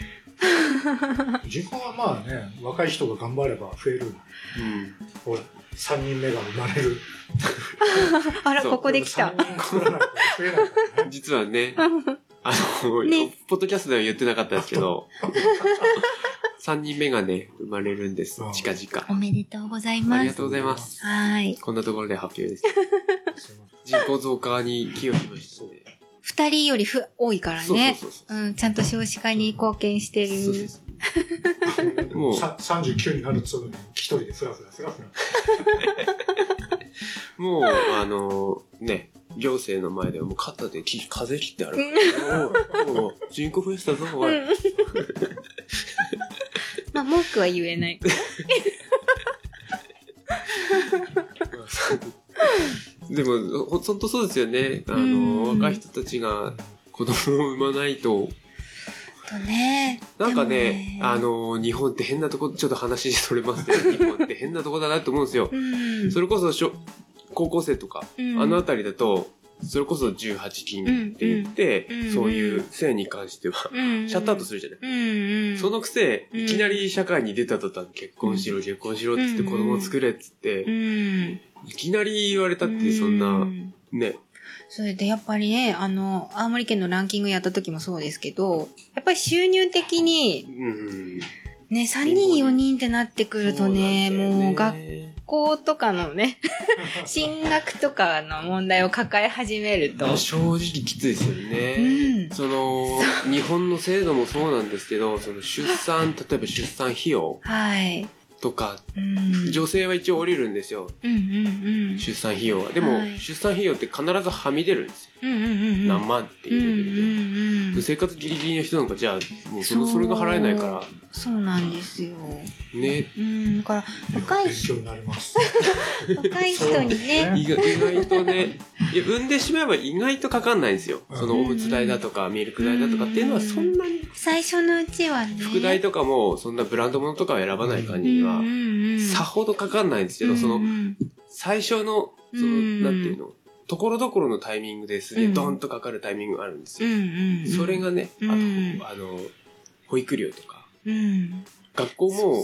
Speaker 3: 人口はまあね、若い人が頑張れば増える。ほら、3人目が生まれる。
Speaker 2: あら、ここで来た。
Speaker 1: 実はね、ポッドキャストでは言ってなかったですけど、3人目がね、生まれるんです。近々。
Speaker 2: おめでとうございます。
Speaker 1: ありがとうございます。
Speaker 2: はい。
Speaker 1: こんなところで発表です。人口増加に気をつけましたね。
Speaker 2: 2人より多いからね。ちゃんと少子化に貢献してる。そうです。
Speaker 3: もう39になるっつうのに一人でフラフラ。
Speaker 1: もうね、行政の前ではもう肩で風切ってある。もう人口増やしたぞ、おい。
Speaker 2: 文句は言えない。
Speaker 1: でも本当そうですよね。若い人たちが子供を産まないと。なんかね、日本って変なとこ、ちょっと話それますけど、日本って変なとこだなと思うんですよ。それこそ高校生とか、あのあたりだと、それこそ18禁って言って、そういう性に関しては、シャットアウトするじゃない。そのくせ、いきなり社会に出た途端、結婚しろって言って子供を作れっつって、いきなり言われたって、そんな、ね。
Speaker 2: それでやっぱりね、青森県のランキングやった時もそうですけど、やっぱり収入的に、ね、3人4人ってなってくるとね、もう学校とかのね、進学とかの問題を抱え始めると。
Speaker 1: 正直きついですよね。日本の制度もそうなんですけど、例えば出産費用。はい。とか、女性は一応降りるんですよ。出産費用は。でも、出産費用って必ずはみ出るんですよ。何万っていうレベルで。生活ギリギリの人なんかじゃあ、もうそれが払えないから。
Speaker 2: そうなんですよ。
Speaker 1: ね。
Speaker 2: だから、若い人にね。
Speaker 1: 意外とね、産んでしまえば意外とかかんないんですよ。おむつ代だとか、ミルク代だとかっていうのはそんなに。
Speaker 2: 最初のうちはね。
Speaker 1: 服代とかも、そんなブランド物とかを選ばない感じには、さほどかかんないんですけど、最初の、なんていうの、ところどころのタイミングですげえドンとかかるタイミングがあるんですよ。それがね、あと、保育料とか。学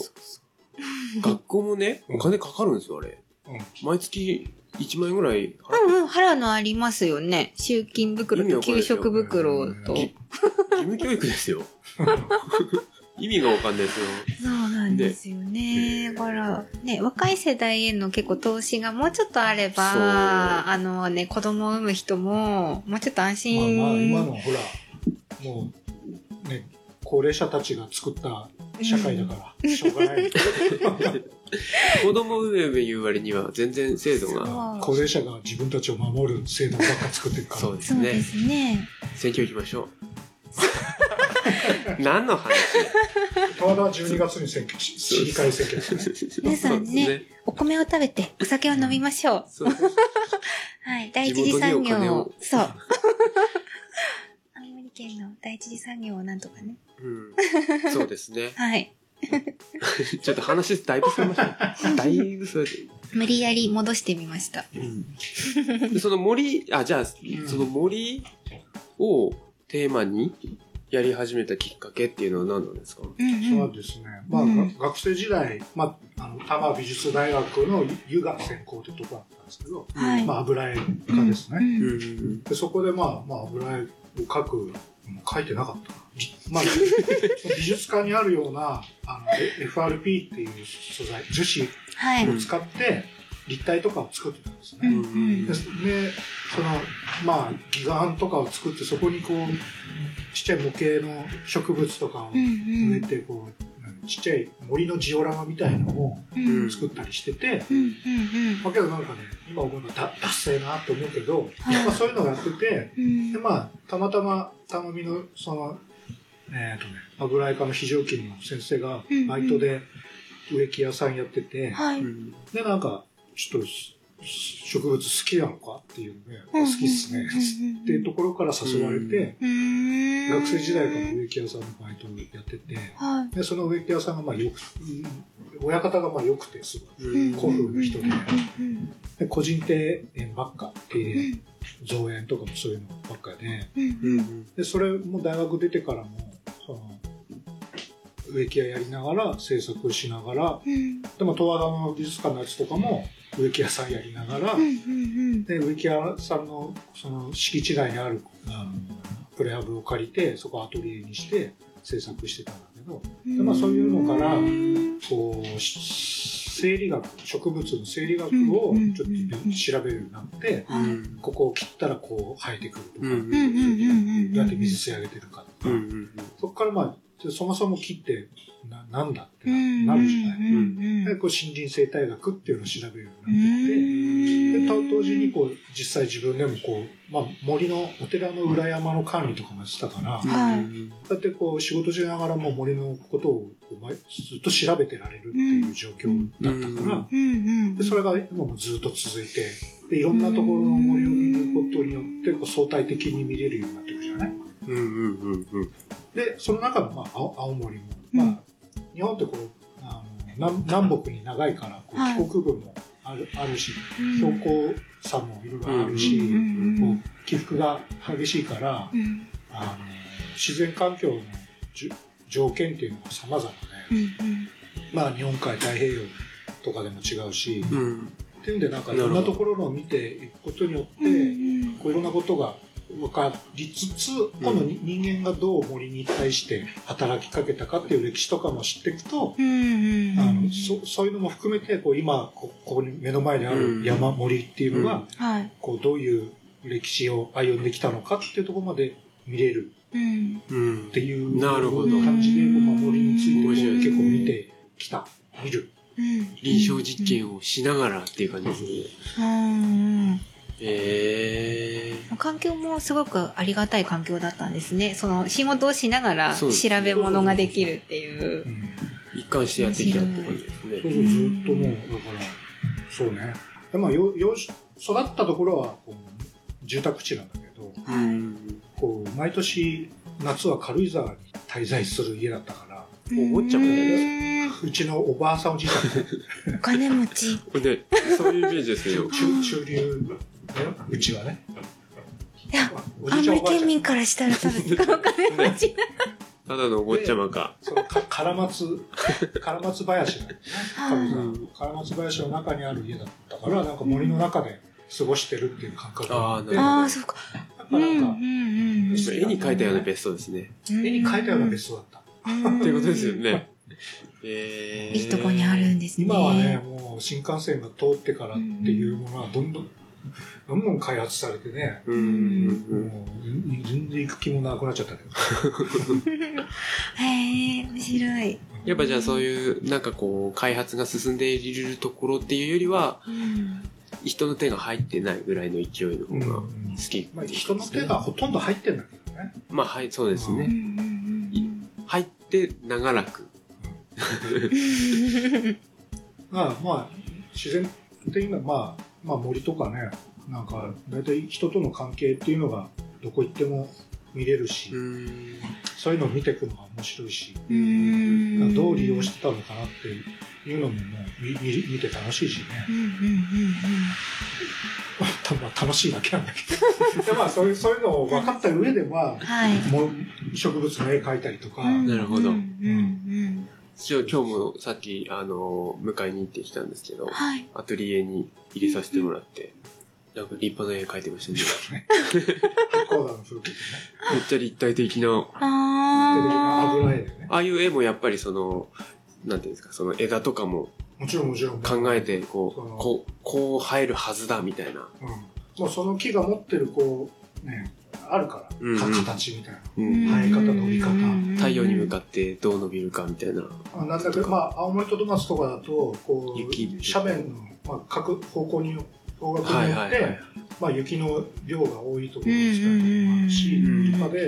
Speaker 1: 校もね、お金かかるんですよ、あれ。毎月1万円ぐらい
Speaker 2: 払うのありますよね。集金袋と給食袋と。
Speaker 1: 義務教育ですよ。意味がわかんないですよ。
Speaker 2: そうなんですよね。だからね、若い世代への結構投資がもうちょっとあれば、子供を産む人ももうちょっと安心。
Speaker 3: 今のほら、もうね、高齢者たちが作った社会だから、しょうがない。
Speaker 1: 子供を産め言う割には全然制度が。
Speaker 3: 高齢者が自分たちを守る制度ばっか作ってるから。
Speaker 1: そうですね。
Speaker 2: そうですね。
Speaker 1: 選挙行きましょう。何の話？
Speaker 3: 十和田は12月に市議会選挙ですね。
Speaker 2: 皆さんね、お米を食べてお酒を飲みましょう。はい、第一次産業を。そう。青森県の第一次産業をなんとかね。
Speaker 1: そうですね。
Speaker 2: はい。
Speaker 1: ちょっと話だいぶそれました。だいぶそれ。
Speaker 2: 無理やり戻してみました。
Speaker 1: その森をテーマにやり始めたきっかけっていうのは何なんですか？
Speaker 3: そうですね。学生時代、多摩美術大学の湯が専攻ってとこだったんですけど、油絵家ですね。でそこで油絵を描いてなかったな。美術館にあるようなFRP っていう素材、樹脂を使って立体とかを作ってたんですね。で、義眼とかを作ってそこにちっちゃい模型の植物とかを植えてちっちゃい森のジオラマみたいのを作ったりしてて、けどなんかね、今思うのダッセーなと思うけど、やっぱそういうのをやってて、でたまたま玉美の油絵科の非常勤の先生がバイトで植木屋さんやってて、で、なんか、ちょっと植物好きなのかっていうね、好きっすね、っていうところから誘われて、学生時代から植木屋さんのバイトをやってて、で、その植木屋さんがまあ親方がまあ良くて、すごい、古風の人で、個人庭園ばっか、造園とかもそういうのばっかで、それも大学出てからも、植木屋やりながら制作しながら、でも十和田の美術館のやつとかも植木屋さんやりながら、で植木屋さんのその敷地内にあるプレハブを借りてそこをアトリエにして制作してたんだけど、でまあ、そういうのからこう生理学、植物の生理学をちょっと調べるようになって、ここを切ったらこう生えてくるとか、どうやって水吸い上げてるかとか、そこからまあそもそも木ってなんだってなるじゃない。でこう森林生態学っていうのを調べるようになってて、で同時にこう実際自分でもこう、まあ、森のお寺の裏山の管理とかもしてたから、だってこう仕事しながらも森のことをずっと調べてられるっていう状況だったから、でそれが今もずっと続いて、でいろんなところの森を見ることによってこう相対的に見れるようになってくるじゃない。でその中の、まあ、青森も、まあ、日本ってこう南北に長いからこう気候区分もあるし、標高差もいろいろあるし、こう起伏が激しいから、自然環境の条件っていうのが様々で、まあ日本海太平洋とかでも違うし、っていうんでなんかいろんなところを見ていくことによってこういろんなことが分かりつつ、今度人間がどう森に対して働きかけたかっていう歴史とかも知っていくと、そういうのも含めてこう今ここに目の前にある山森っていうのが、こうどういう歴史を歩んできたのかっていうところまで見れるっていう感じで、森について結構見る。
Speaker 1: 臨床実験をしながらっていう感じですね。
Speaker 2: 環境もすごくありがたい環境だったんですね。その仕事をしながら調べ物ができるっていう。
Speaker 1: 一貫してやってきたって感じですね。
Speaker 3: そうずっともうだからそうね。でまあ育ったところはこう住宅地なんだけど、こう毎年夏は軽井沢に滞在する家だったから。
Speaker 1: お坊ちゃまだね。
Speaker 3: うちのおばあさんおじいさ
Speaker 2: んお金持ち。
Speaker 1: でそういうイメージですよ。
Speaker 3: 中流うちはね。
Speaker 2: いや、青森県民からしたら多分お金持ち。
Speaker 1: ただのお坊ちゃまか。
Speaker 3: 唐松林なんですね。唐松林の中にある家だったから、なんか森の中で過ごしてるっていう感覚があって。
Speaker 2: ああ、そうか。
Speaker 1: 絵に描いたような別荘ですね。
Speaker 3: 絵に描いたような別荘だった。
Speaker 1: っていうことですよね。
Speaker 2: いいとこにあるんですね。
Speaker 3: 今はね、もう新幹線が通ってからっていうものはどんどん開発されてね、もう全然行く気もなくなっちゃったけど。
Speaker 2: へえ、面白い。
Speaker 1: やっぱじゃあそういうなんかこう開発が進んでいるところっていうよりは、人の手が入ってないぐらいの勢いの方が好き、
Speaker 3: まあ、人の手がほとんど入ってるんだけどね。
Speaker 1: まあはい、そうですね。入って長らく。
Speaker 3: まあ自然的なまあ森とかね、なんか大体人との関係っていうのがどこ行っても見れるし、そういうのを見ていくのが面白いし、どう利用してたのかなっていうのももう見て楽しいしね。楽しいだけなんだけど。でまあそういうのを分かった上では、植物の絵描いたりとか。
Speaker 1: なるほど。今日もさっき迎えに行ってきたんですけど、アトリエに入れさせてもらって、なんか立派な絵描いてましたね。めっちゃ立体的な。
Speaker 3: 油絵だよね。
Speaker 1: ああいう絵もやっぱりそのなんていうんですか、その枝とかも
Speaker 3: もちろん
Speaker 1: 考えてこう生えるはずだみたいな。
Speaker 3: もうその木が持ってるこうねあるから、形みたいな、生え方伸び方、
Speaker 1: 太陽に向かってどう伸びるかみたいな。
Speaker 3: なんだけど青森トドマツとかだとこう斜面の各方角によって雪の量が多いところにしたりもあるし、とかで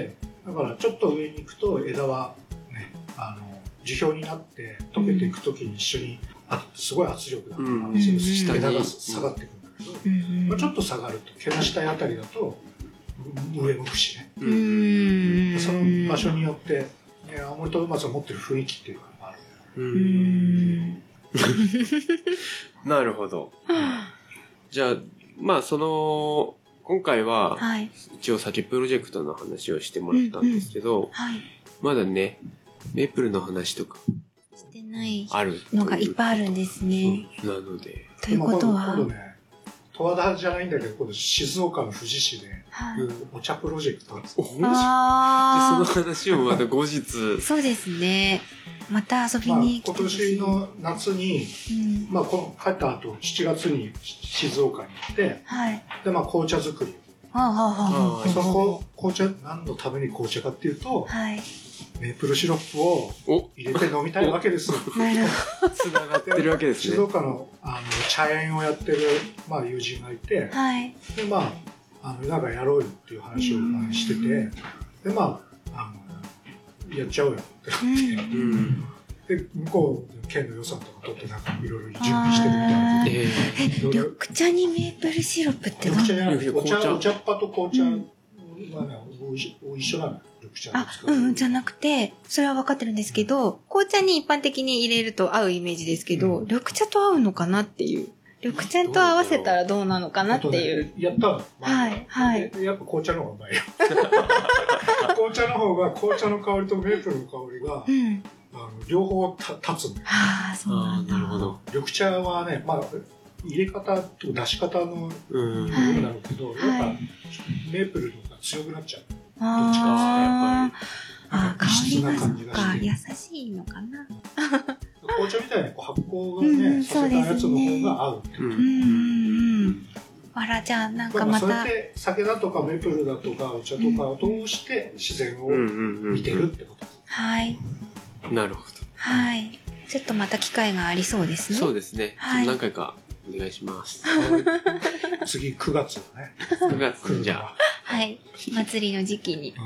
Speaker 3: だからちょっと上に行くと枝はね、樹氷になって溶けていくときに一緒に、すごい圧力だから、枝が下がっていくんだけど、まあ、ちょっと下がると、毛の下あたりだと上向くしね。その場所によって、青森トドマツを持ってる雰囲気っていうのがある。
Speaker 1: なるほど。じゃあ、まあ今回は、一応先プロジェクトの話をしてもらったんですけど、まだね、メープルの話とか、
Speaker 2: してない
Speaker 1: ある
Speaker 2: のがいっぱいあるんですね。
Speaker 1: なので。
Speaker 2: ということは、
Speaker 3: 今度ね、十和田じゃないんだけど、今度静岡の富士市で、お茶プロジェクトが
Speaker 1: その話をまた後日。
Speaker 2: そうですね。また遊びに
Speaker 3: 今年の夏に、まあ帰った後、7月に静岡に行って、で、まあ紅茶作り。その紅茶、何のために紅茶かっていうと、メープルシロップを入れて飲みたいわけですよ。
Speaker 1: つながってるわけですね。
Speaker 3: 静岡の茶園をやってる、まあ、友人がいて、で、まあ、なんかやろうよっていう話をしてて、で、まあ、やっちゃおうよってなって、で、向こう、県の予算とか取って、なんかいろいろ準備してるみたいな。
Speaker 2: 緑茶にメープルシロップって
Speaker 3: 緑茶じゃなくて、お茶っ葉と紅茶はね、一緒なの。
Speaker 2: じゃなくて、それは分かってるんですけど、紅茶に一般的に入れると合うイメージですけど、緑茶と合うのかなっていう。緑茶と合わせたらどうなのかなっていう。
Speaker 3: やったの。
Speaker 2: はい。
Speaker 3: やっぱ紅茶の方がうまいよ。紅茶の方が、紅茶の香りとメープルの香りが、両方立つんだよ。
Speaker 2: そうなんだ。
Speaker 1: なるほど。
Speaker 3: 緑茶はね、まあ、入れ方と出し方の部分になるけど、やっぱメープルの方が強くなっちゃう。どっちかですね、やっぱり。
Speaker 2: 香りが優しいのかな。
Speaker 3: 紅茶みたいな発酵がね、させたやつの方が合うっていう。
Speaker 2: あら、じゃあなんかまた。
Speaker 3: そうやって酒だとかメープルだとかお茶とかを通して自然を見てるってことです。
Speaker 2: はい。
Speaker 1: なるほど。
Speaker 2: はい。ちょっとまた機会がありそうですね。
Speaker 1: そうですね。何回かお願いします。
Speaker 3: 次9月だね。
Speaker 1: 9月じゃあ。
Speaker 2: はい。祭りの時期に。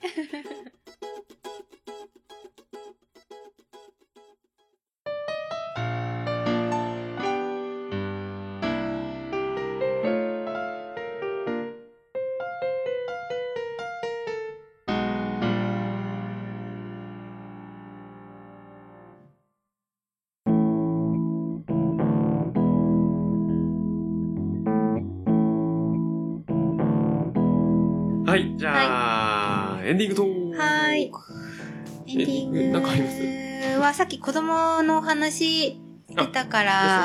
Speaker 1: はい、じゃあ、エンディングトーク。
Speaker 2: はい。エンディング
Speaker 1: なんかあります
Speaker 2: はさっき子供の話出たから、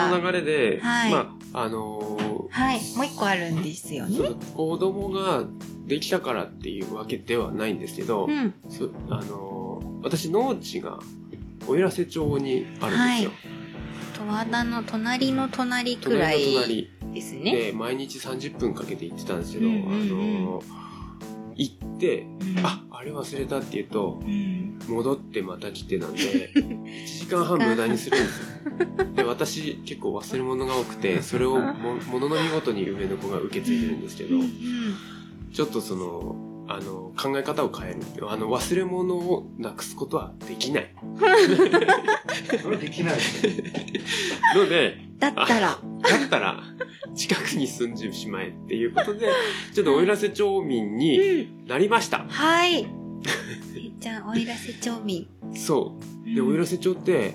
Speaker 1: その流れで、まあ、
Speaker 2: はい、もう一個あるんですよね。
Speaker 1: 子供ができたからっていうわけではないんですけど、私、農地が奥入瀬町にあるんですよ。
Speaker 2: 十和田の隣の隣くらいですね。
Speaker 1: で、毎日30分かけて行ってたんですけど、行って、あれ忘れたって言うと、戻ってまた来てなんで、1時間半無駄にするんですよ。で、私結構忘れ物が多くて、それをものの見事に上の子が受け継いでるんですけど、ちょっと考え方を変える。忘れ物をなくすことはできない。
Speaker 3: それできない
Speaker 1: ので、
Speaker 2: だった
Speaker 1: ら、近くに住んでしまえっていうことで、ちょっと奥入瀬町民になりました。
Speaker 2: はい。じゃあ、奥入瀬町民。
Speaker 1: そう。で、奥入瀬町って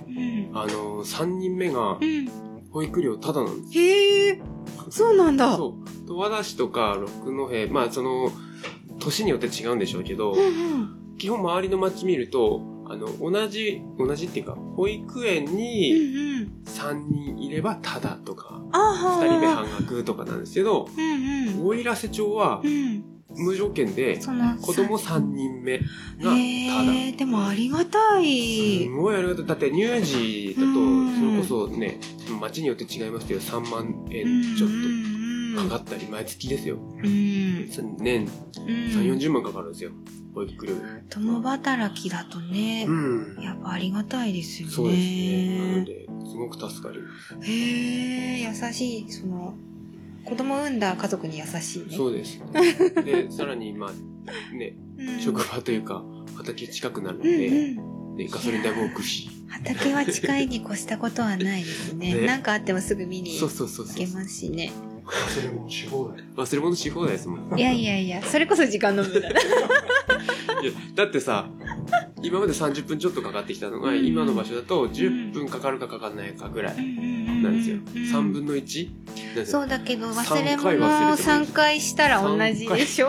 Speaker 1: 、3人目が、保育料タダなんです。
Speaker 2: へえ、そうなんだ。
Speaker 1: そう。十和田市とか六戸、まあ、年によって違うんでしょうけど、基本周りの町見ると、同じっていうか、保育園に3人いればタダとか、2人目半額とかなんですけど、奥入瀬町は無条件で子供3人目がタダ。
Speaker 2: でもありがたい。
Speaker 1: すごいありがたい。だって乳児だと、それこそね、町によって違いますけど、3万円ちょっとかかったり、毎月ですよ。年3、40万かかるんですよ。保育料。
Speaker 2: 共働きだとね、やっぱありがたいですよね。
Speaker 1: そうですね。なので、すごく助かる。
Speaker 2: へー、優しい。子供を産んだ家族に優しいね。
Speaker 1: そうです。で、さらに、まあ、 ね、職場というか、畑近くなるので、ね、ガソリン代も浮くし。
Speaker 2: 畑は近いに越したことはないですね。なんかあってもすぐ見に行けますしね。
Speaker 3: 忘れ物し放題。
Speaker 1: 忘れ物し放題ですもん。
Speaker 2: いや、それこそ時間の無駄だ。いや、
Speaker 1: だってさ、今まで30分ちょっとかかってきたのが、今の場所だと10分かかるかかかんないかぐらいなんですよ。3分の 1？
Speaker 2: そうだけど、忘れ物を3回したら同じでしょ？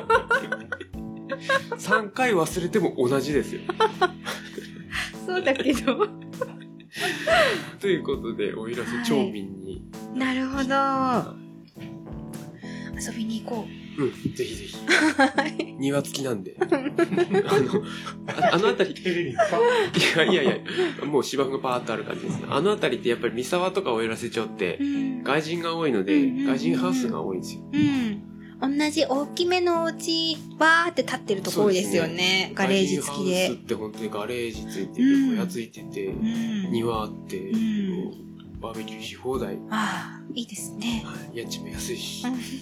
Speaker 1: 3 回忘れても同じですよ。
Speaker 2: そうだけど。
Speaker 1: ということで、奥入瀬町民に。
Speaker 2: なるほど。遊びに行こ
Speaker 1: う。ぜひぜひ。庭付きなんで。あのあたり。いや、もう芝生がパーッとある感じですね。あのあたりってやっぱり三沢とか奥入瀬町って、外人が多いので、外人ハウスが多いんですよ。
Speaker 2: 同じ大きめのお家バーって立ってるとこ多いですよね。ガレージ付きで。
Speaker 1: ハウスって本当にガレージついてて、小屋ついてて、庭あって、バーベキューし放題。
Speaker 2: ああ、いいですね。
Speaker 1: 家賃も安いし。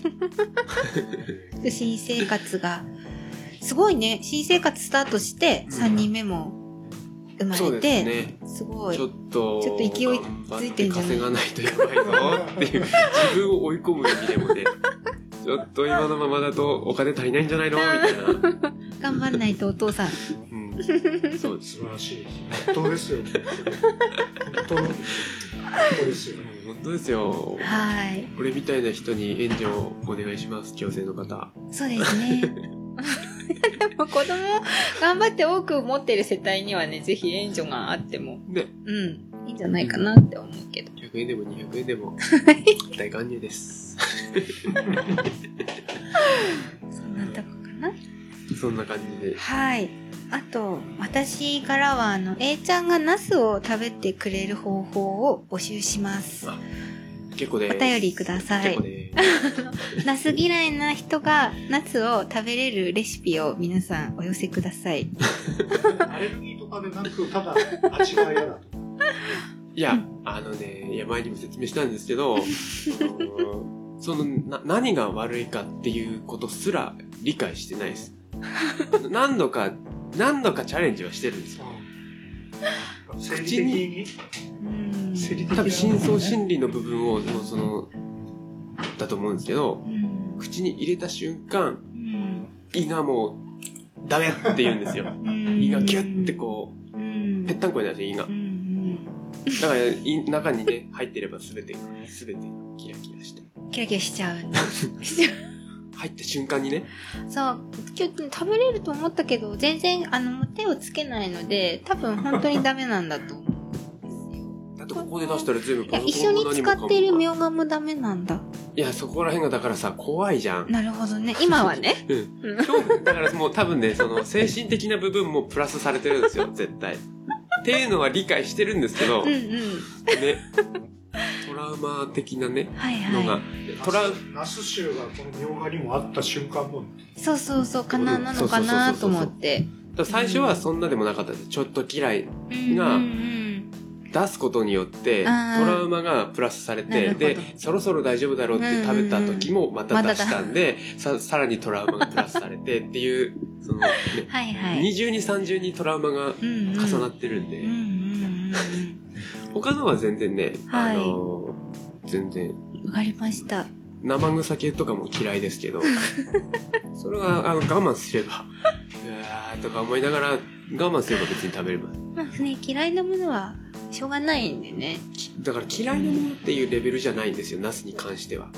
Speaker 2: 新生活が、すごいね。新生活スタートして、3人目も生まれて、すごい。
Speaker 1: ちょっと勢い
Speaker 2: ついてんじゃない？
Speaker 1: 稼がないとやばいぞっていう、自分を追い込む意味でもね。ちょっと今のままだとお金足りないんじゃないのみたいな。
Speaker 2: 頑張んないとお父さん。
Speaker 1: そうです。
Speaker 3: 素晴らしい。本当ですよ。本当ですよ。
Speaker 1: 本当ですよ。
Speaker 2: はい。
Speaker 1: これみたいな人に援助をお願いします。共生の方。
Speaker 2: そうですね。でも子供頑張って多く持ってる世帯にはね、ぜひ援助があっても。
Speaker 1: ね。
Speaker 2: いいんじゃないかなって思うけど。
Speaker 1: 100円でも200円でも大歓迎です。
Speaker 2: そんなとこかな？
Speaker 1: そんな感じで。
Speaker 2: はい。あと、私からは、A ちゃんがナスを食べてくれる方法を募集します。
Speaker 1: 結構です。
Speaker 2: お便りください。ナス嫌いな人がナスを食べれるレシピを皆さんお寄せください。
Speaker 3: アレルギーとかでなく、ただ味が嫌だと。
Speaker 1: いや、前にも説明したんですけど、何が悪いかっていうことすら理解してないです。何度かチャレンジはしてるんですよ。
Speaker 3: 生理的に
Speaker 1: 多分深層心理の部分をだと思うんですけど、口に入れた瞬間、胃がもうダメって言うんですよ。胃がキュッてこう、ぺったんこになるんですよ、胃が。だから中にね入ってれば全てキラキラして
Speaker 2: キラキラしちゃう
Speaker 1: 入った瞬間にね。
Speaker 2: そう、今日食べれると思ったけど全然手をつけないので多分本当にダメなんだと思うんですよ。
Speaker 1: だってここで出したら全部
Speaker 2: パソコンも何もかも。一緒に使っているみょうがもダメなんだ。
Speaker 1: いや、そこら辺がだからさ怖いじゃん。
Speaker 2: なるほどね、今はね。
Speaker 1: だからもう多分ね精神的な部分もプラスされてるんですよ絶対。っていうのは理解してるんですけど、ね、トラウマ的なね、のが、
Speaker 3: ナス臭がこのみょうがにもあった瞬間も、
Speaker 2: そうなのかなと思って。
Speaker 1: 最初はそんなでもなかったです。ちょっと嫌いが出すことによってトラウマがプラスされて、でそろそろ大丈夫だろうって食べた時もまた出したんで、さらにトラウマがプラスされてっていう二重に三重にトラウマが重なってるんで、他のは全然ね、全然
Speaker 2: わかりました。
Speaker 1: 生臭系とかも嫌いですけどそれは我慢すればうわーとか思いながら我慢すれば別に食べれます。
Speaker 2: まあね、嫌いなものはしょうがないんでね。
Speaker 1: だから嫌いなものっていうレベルじゃないんですよ、ナスに関しては。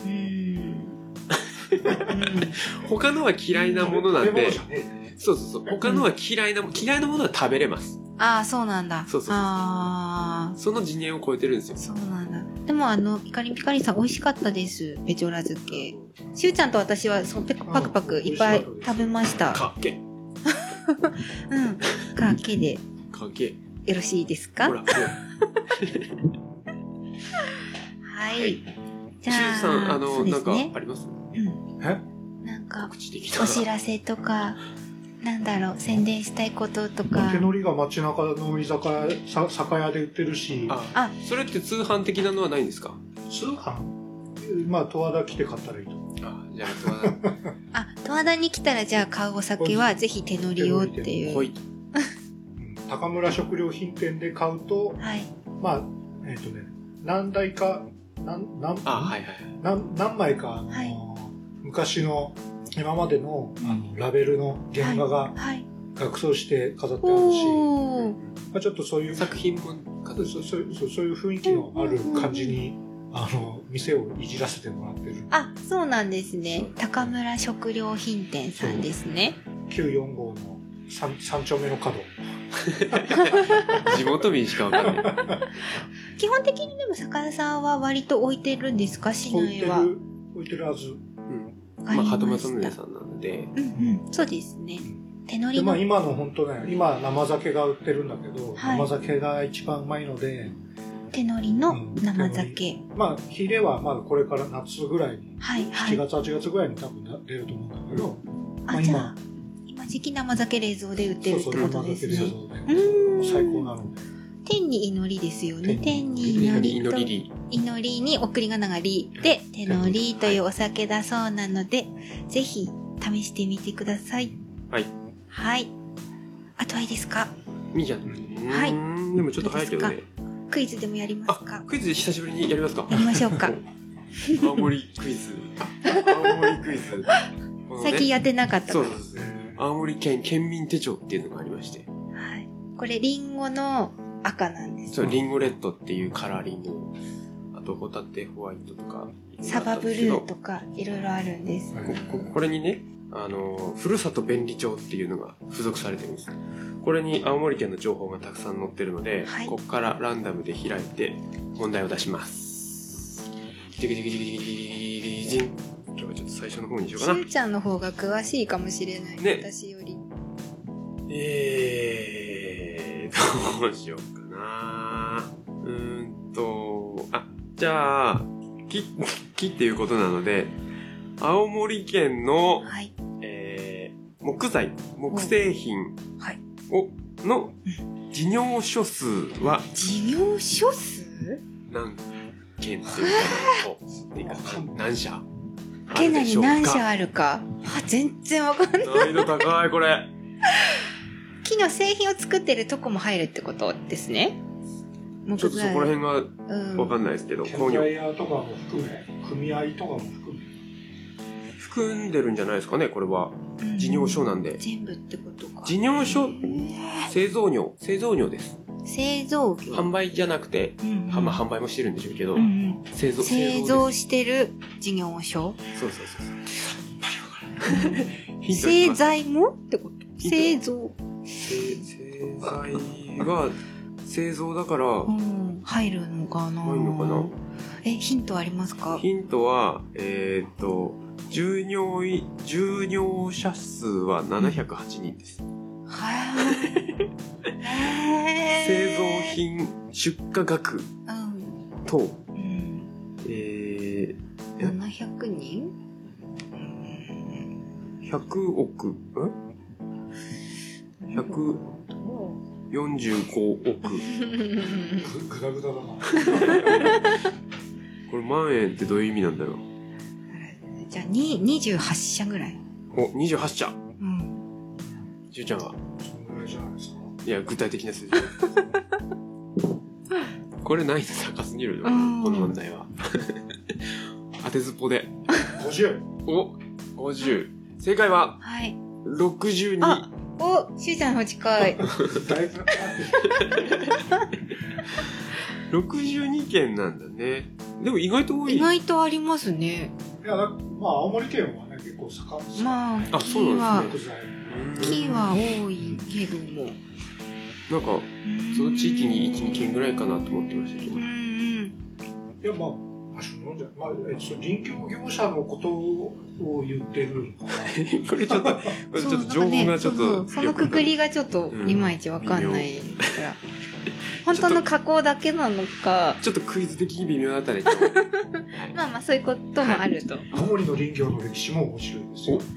Speaker 1: 他のは嫌いなものなんで、そう他のは嫌いなものは食べれます。
Speaker 2: ああ、そうなんだ。
Speaker 1: そうその次元を超えてるんですよ。
Speaker 2: そうなんだ。でもピカリンピカリンさん美味しかったです。ベチョラ漬け。しゅうちゃんと私はパクパクいっぱい食べました。
Speaker 1: かけ。
Speaker 2: かけで。
Speaker 1: かけ。
Speaker 2: よろしいですか？
Speaker 1: ほら。
Speaker 2: はい。じゃあ、
Speaker 1: しゅうさんなんかあります？
Speaker 2: なんかお知らせとか。なんだろう、宣伝したいこととか。
Speaker 3: 手のりが街中の居酒屋で売ってるし。
Speaker 1: それって通販的なのはないんですか？
Speaker 3: 通販？まあ十和田来て買ったらいいと思う。
Speaker 2: 十十和田に来たらじゃあ買うお酒はぜひ手乗りをっていう。
Speaker 3: 高村食料品店で買うと、
Speaker 2: はい、
Speaker 3: まあ何台か何枚か、はい、昔の今までの、ラベルの原画が額装して飾ってあるし、まあ、ちょっとそういう
Speaker 1: 作品も
Speaker 3: そういう雰囲気のある感じに、店をいじらせてもらってる。
Speaker 2: あ、そうなんですね。高村食料品店さんですね。
Speaker 3: 945の 3丁目の角。
Speaker 1: 地元民しかわかんない。
Speaker 2: 基本的にでも酒さんは割と置いてるんですか、市内は。
Speaker 3: 置いてるはず。
Speaker 1: まあ鳩松宗さんなので。
Speaker 2: そうですね。手乗りの。
Speaker 3: まあ今の本当ね、今生酒が売ってるんだけど、生酒が一番うまいので。
Speaker 2: 手乗りの生酒。
Speaker 3: まあヒレはまだこれから夏ぐらいに、7月8月ぐらいに多分出ると思うんだけど、
Speaker 2: じゃあ今時期生酒冷蔵で売ってるってことですね。
Speaker 3: 最高なので。
Speaker 2: 天に祈りですよね。天に祈りと祈りに送り仮名がりで手乗りというお酒だそうなので、ぜひ試してみてください。
Speaker 1: はい。
Speaker 2: はい。あとはいいですか？
Speaker 1: いいじゃん。
Speaker 2: はい。
Speaker 1: でもちょっと早いけどね。
Speaker 2: クイズでもやりますか？
Speaker 1: クイズ久しぶりにやりますか？
Speaker 2: やりましょうか。
Speaker 1: 青森クイズ。青森クイズ。
Speaker 2: 最近やってなかった。
Speaker 1: そうですね。青森県県民手帳っていうのがありまして。
Speaker 2: はい。これリンゴの赤なんです。
Speaker 1: そう、リンゴレッドっていうカラーリンゴ。あとホタテホワイトとか。
Speaker 2: サバブルーとかいろいろあるんです。
Speaker 1: これにね、ふるさと便利帳っていうのが付属されてるんです。これに青森県の情報がたくさん載ってるので、はい、ここからランダムで開いて問題を出します。ジギジギジギジギジギジン。今日はちょっと最初の方にしようかな。
Speaker 2: しゅうちゃんの方が詳しいかもしれない。ね、私より。
Speaker 1: どうしようかな。じゃあ、木っていうことなので、青森県の、
Speaker 2: はい、
Speaker 1: 木材、木製品の事業所数は、
Speaker 2: 事業所数
Speaker 1: 何件っていうか、何社
Speaker 2: 県内に何社あるか。全然わかんない。
Speaker 1: 難易度高い、これ。
Speaker 2: 木の製品を作ってるとこも入るってことですね。
Speaker 1: ちょっとそこら辺がわかんないですけど、
Speaker 3: 建材屋とかも含め、組合とかも
Speaker 1: 含んでるんじゃないですかね、これは。事業所なんで。
Speaker 2: 全部ってことか。
Speaker 1: 事業所、製造業です。
Speaker 2: 製造業。
Speaker 1: 販売じゃなくて、販売もしてるんでしょうけど、
Speaker 2: 製造してる事業所。
Speaker 1: そう。
Speaker 2: 製材もってこと？製造。
Speaker 1: 製材が製造だから、
Speaker 2: 入るのかな？
Speaker 1: 入るのかな？
Speaker 2: ヒントありますか？
Speaker 1: ヒントは、従業者数は708人です。製造品出荷額と、
Speaker 2: 700人
Speaker 1: ？100億145億。
Speaker 3: グダグダだな。
Speaker 1: これ万円ってどういう意味なんだろう。
Speaker 2: じゃあ28社ぐらい。
Speaker 1: 28社。じゅうちゃんは？
Speaker 3: そのぐらいじゃないですか。
Speaker 1: いや、具体的な数字。これ難易度高すぎるよ、この問題は。当てずっぽで。
Speaker 3: 50。
Speaker 1: 50。正解は、62。
Speaker 2: しゅうちゃんの方近い。
Speaker 1: 62件なんだね。でも意外と多い。
Speaker 2: 意外とありますね。
Speaker 3: いや、まあ青森県はね、結構盛んです。
Speaker 2: まあ、
Speaker 1: そうなんですね。
Speaker 2: 木は多いけども。
Speaker 1: なんか、その地域に1、2件ぐらいかなと思ってましたけど。
Speaker 3: いや、まあ、林業業者のことを言ってるのかな。
Speaker 1: これちょっと情報がちょっと、
Speaker 2: そのくくりがちょっといまいちわかんないから。本当の加工だけなのか。
Speaker 1: ちょっとクイズ的に微妙だったね。
Speaker 2: まあそういうこともあると。
Speaker 3: 青森の林業の歴史も面白いですよ。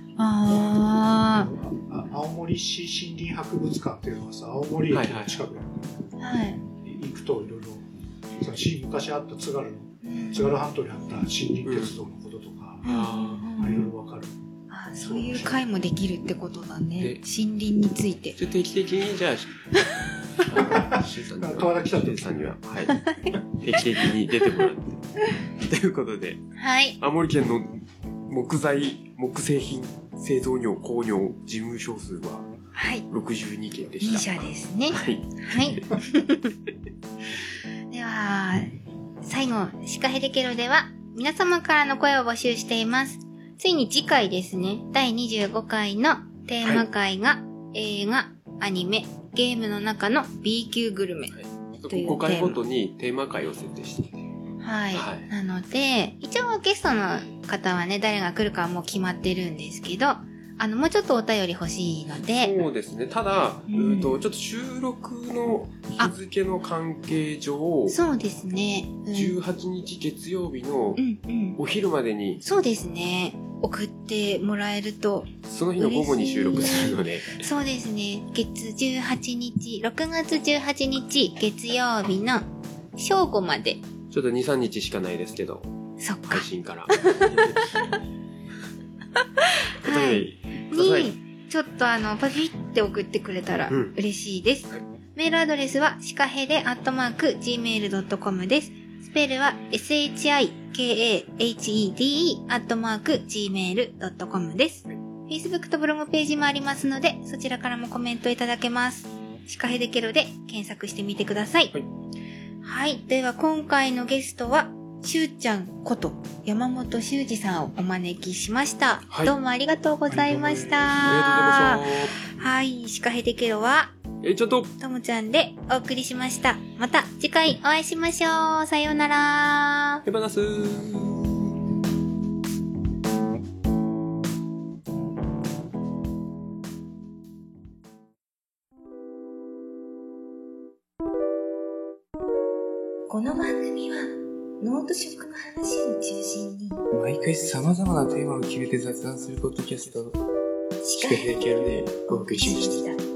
Speaker 3: 青森市森林博物館っていうのはさ、青森駅の近くに行くといろいろ、昔あった津軽半島にあった森林鉄道のこととか、いろいろわかる。
Speaker 2: そういう会もできるってことだね。森林について。
Speaker 1: 定期的にじゃあ、シュウさんには、はい。定期的に出てもらって。ということで、
Speaker 2: はい。
Speaker 1: 青森県の木製品製造業工業事務所数は、はい。62件でした。
Speaker 2: 2社ですね。
Speaker 1: はい。
Speaker 2: はい。では、最後、シカヘデケロでは、皆様からの声を募集しています。ついに次回ですね、第25回のテーマ回が、映画、アニメ、ゲームの中の B 級グルメ。
Speaker 1: 5回ごとにテーマ回を設定していて。
Speaker 2: はい。なので、一応ゲストの方はね、誰が来るかはもう決まってるんですけど、もうちょっとお便り欲しいので。
Speaker 1: そうですね。ただ、ちょっと収録の日付の関係上、
Speaker 2: そうですね。
Speaker 1: 18日月曜日のお昼までに、
Speaker 2: そうですね。送ってもらえると。
Speaker 1: その日の午後に収録するので。
Speaker 2: そうですね。6月18日月曜日の正午まで。
Speaker 1: ちょっと2、3日しかないですけど。
Speaker 2: そっか。
Speaker 1: 配信から。
Speaker 2: はい。ちょっとパピって送ってくれたら嬉しいです。メールアドレスは、シカヘデ@gmail.com です。スペルは、shikahede@gmail.com です。Facebook とブログページもありますので、そちらからもコメントいただけます。シカヘデケロで検索してみてください。はい。では、今回のゲストは、しゅうちゃんこと山本修二さんをお招きしました。はい、どうもありがとうございました。
Speaker 1: ありがとうございました。
Speaker 2: はい。シカヘデケロは、
Speaker 1: ちょっと
Speaker 2: ともちゃんでお送りしました。また次回お会いしましょう。さようなら。
Speaker 1: 手放す。
Speaker 2: この番組はノート食の話を中心に
Speaker 1: 毎回様々なテーマを決めて雑談するポッドキャストシカヘデケロでお送りしました。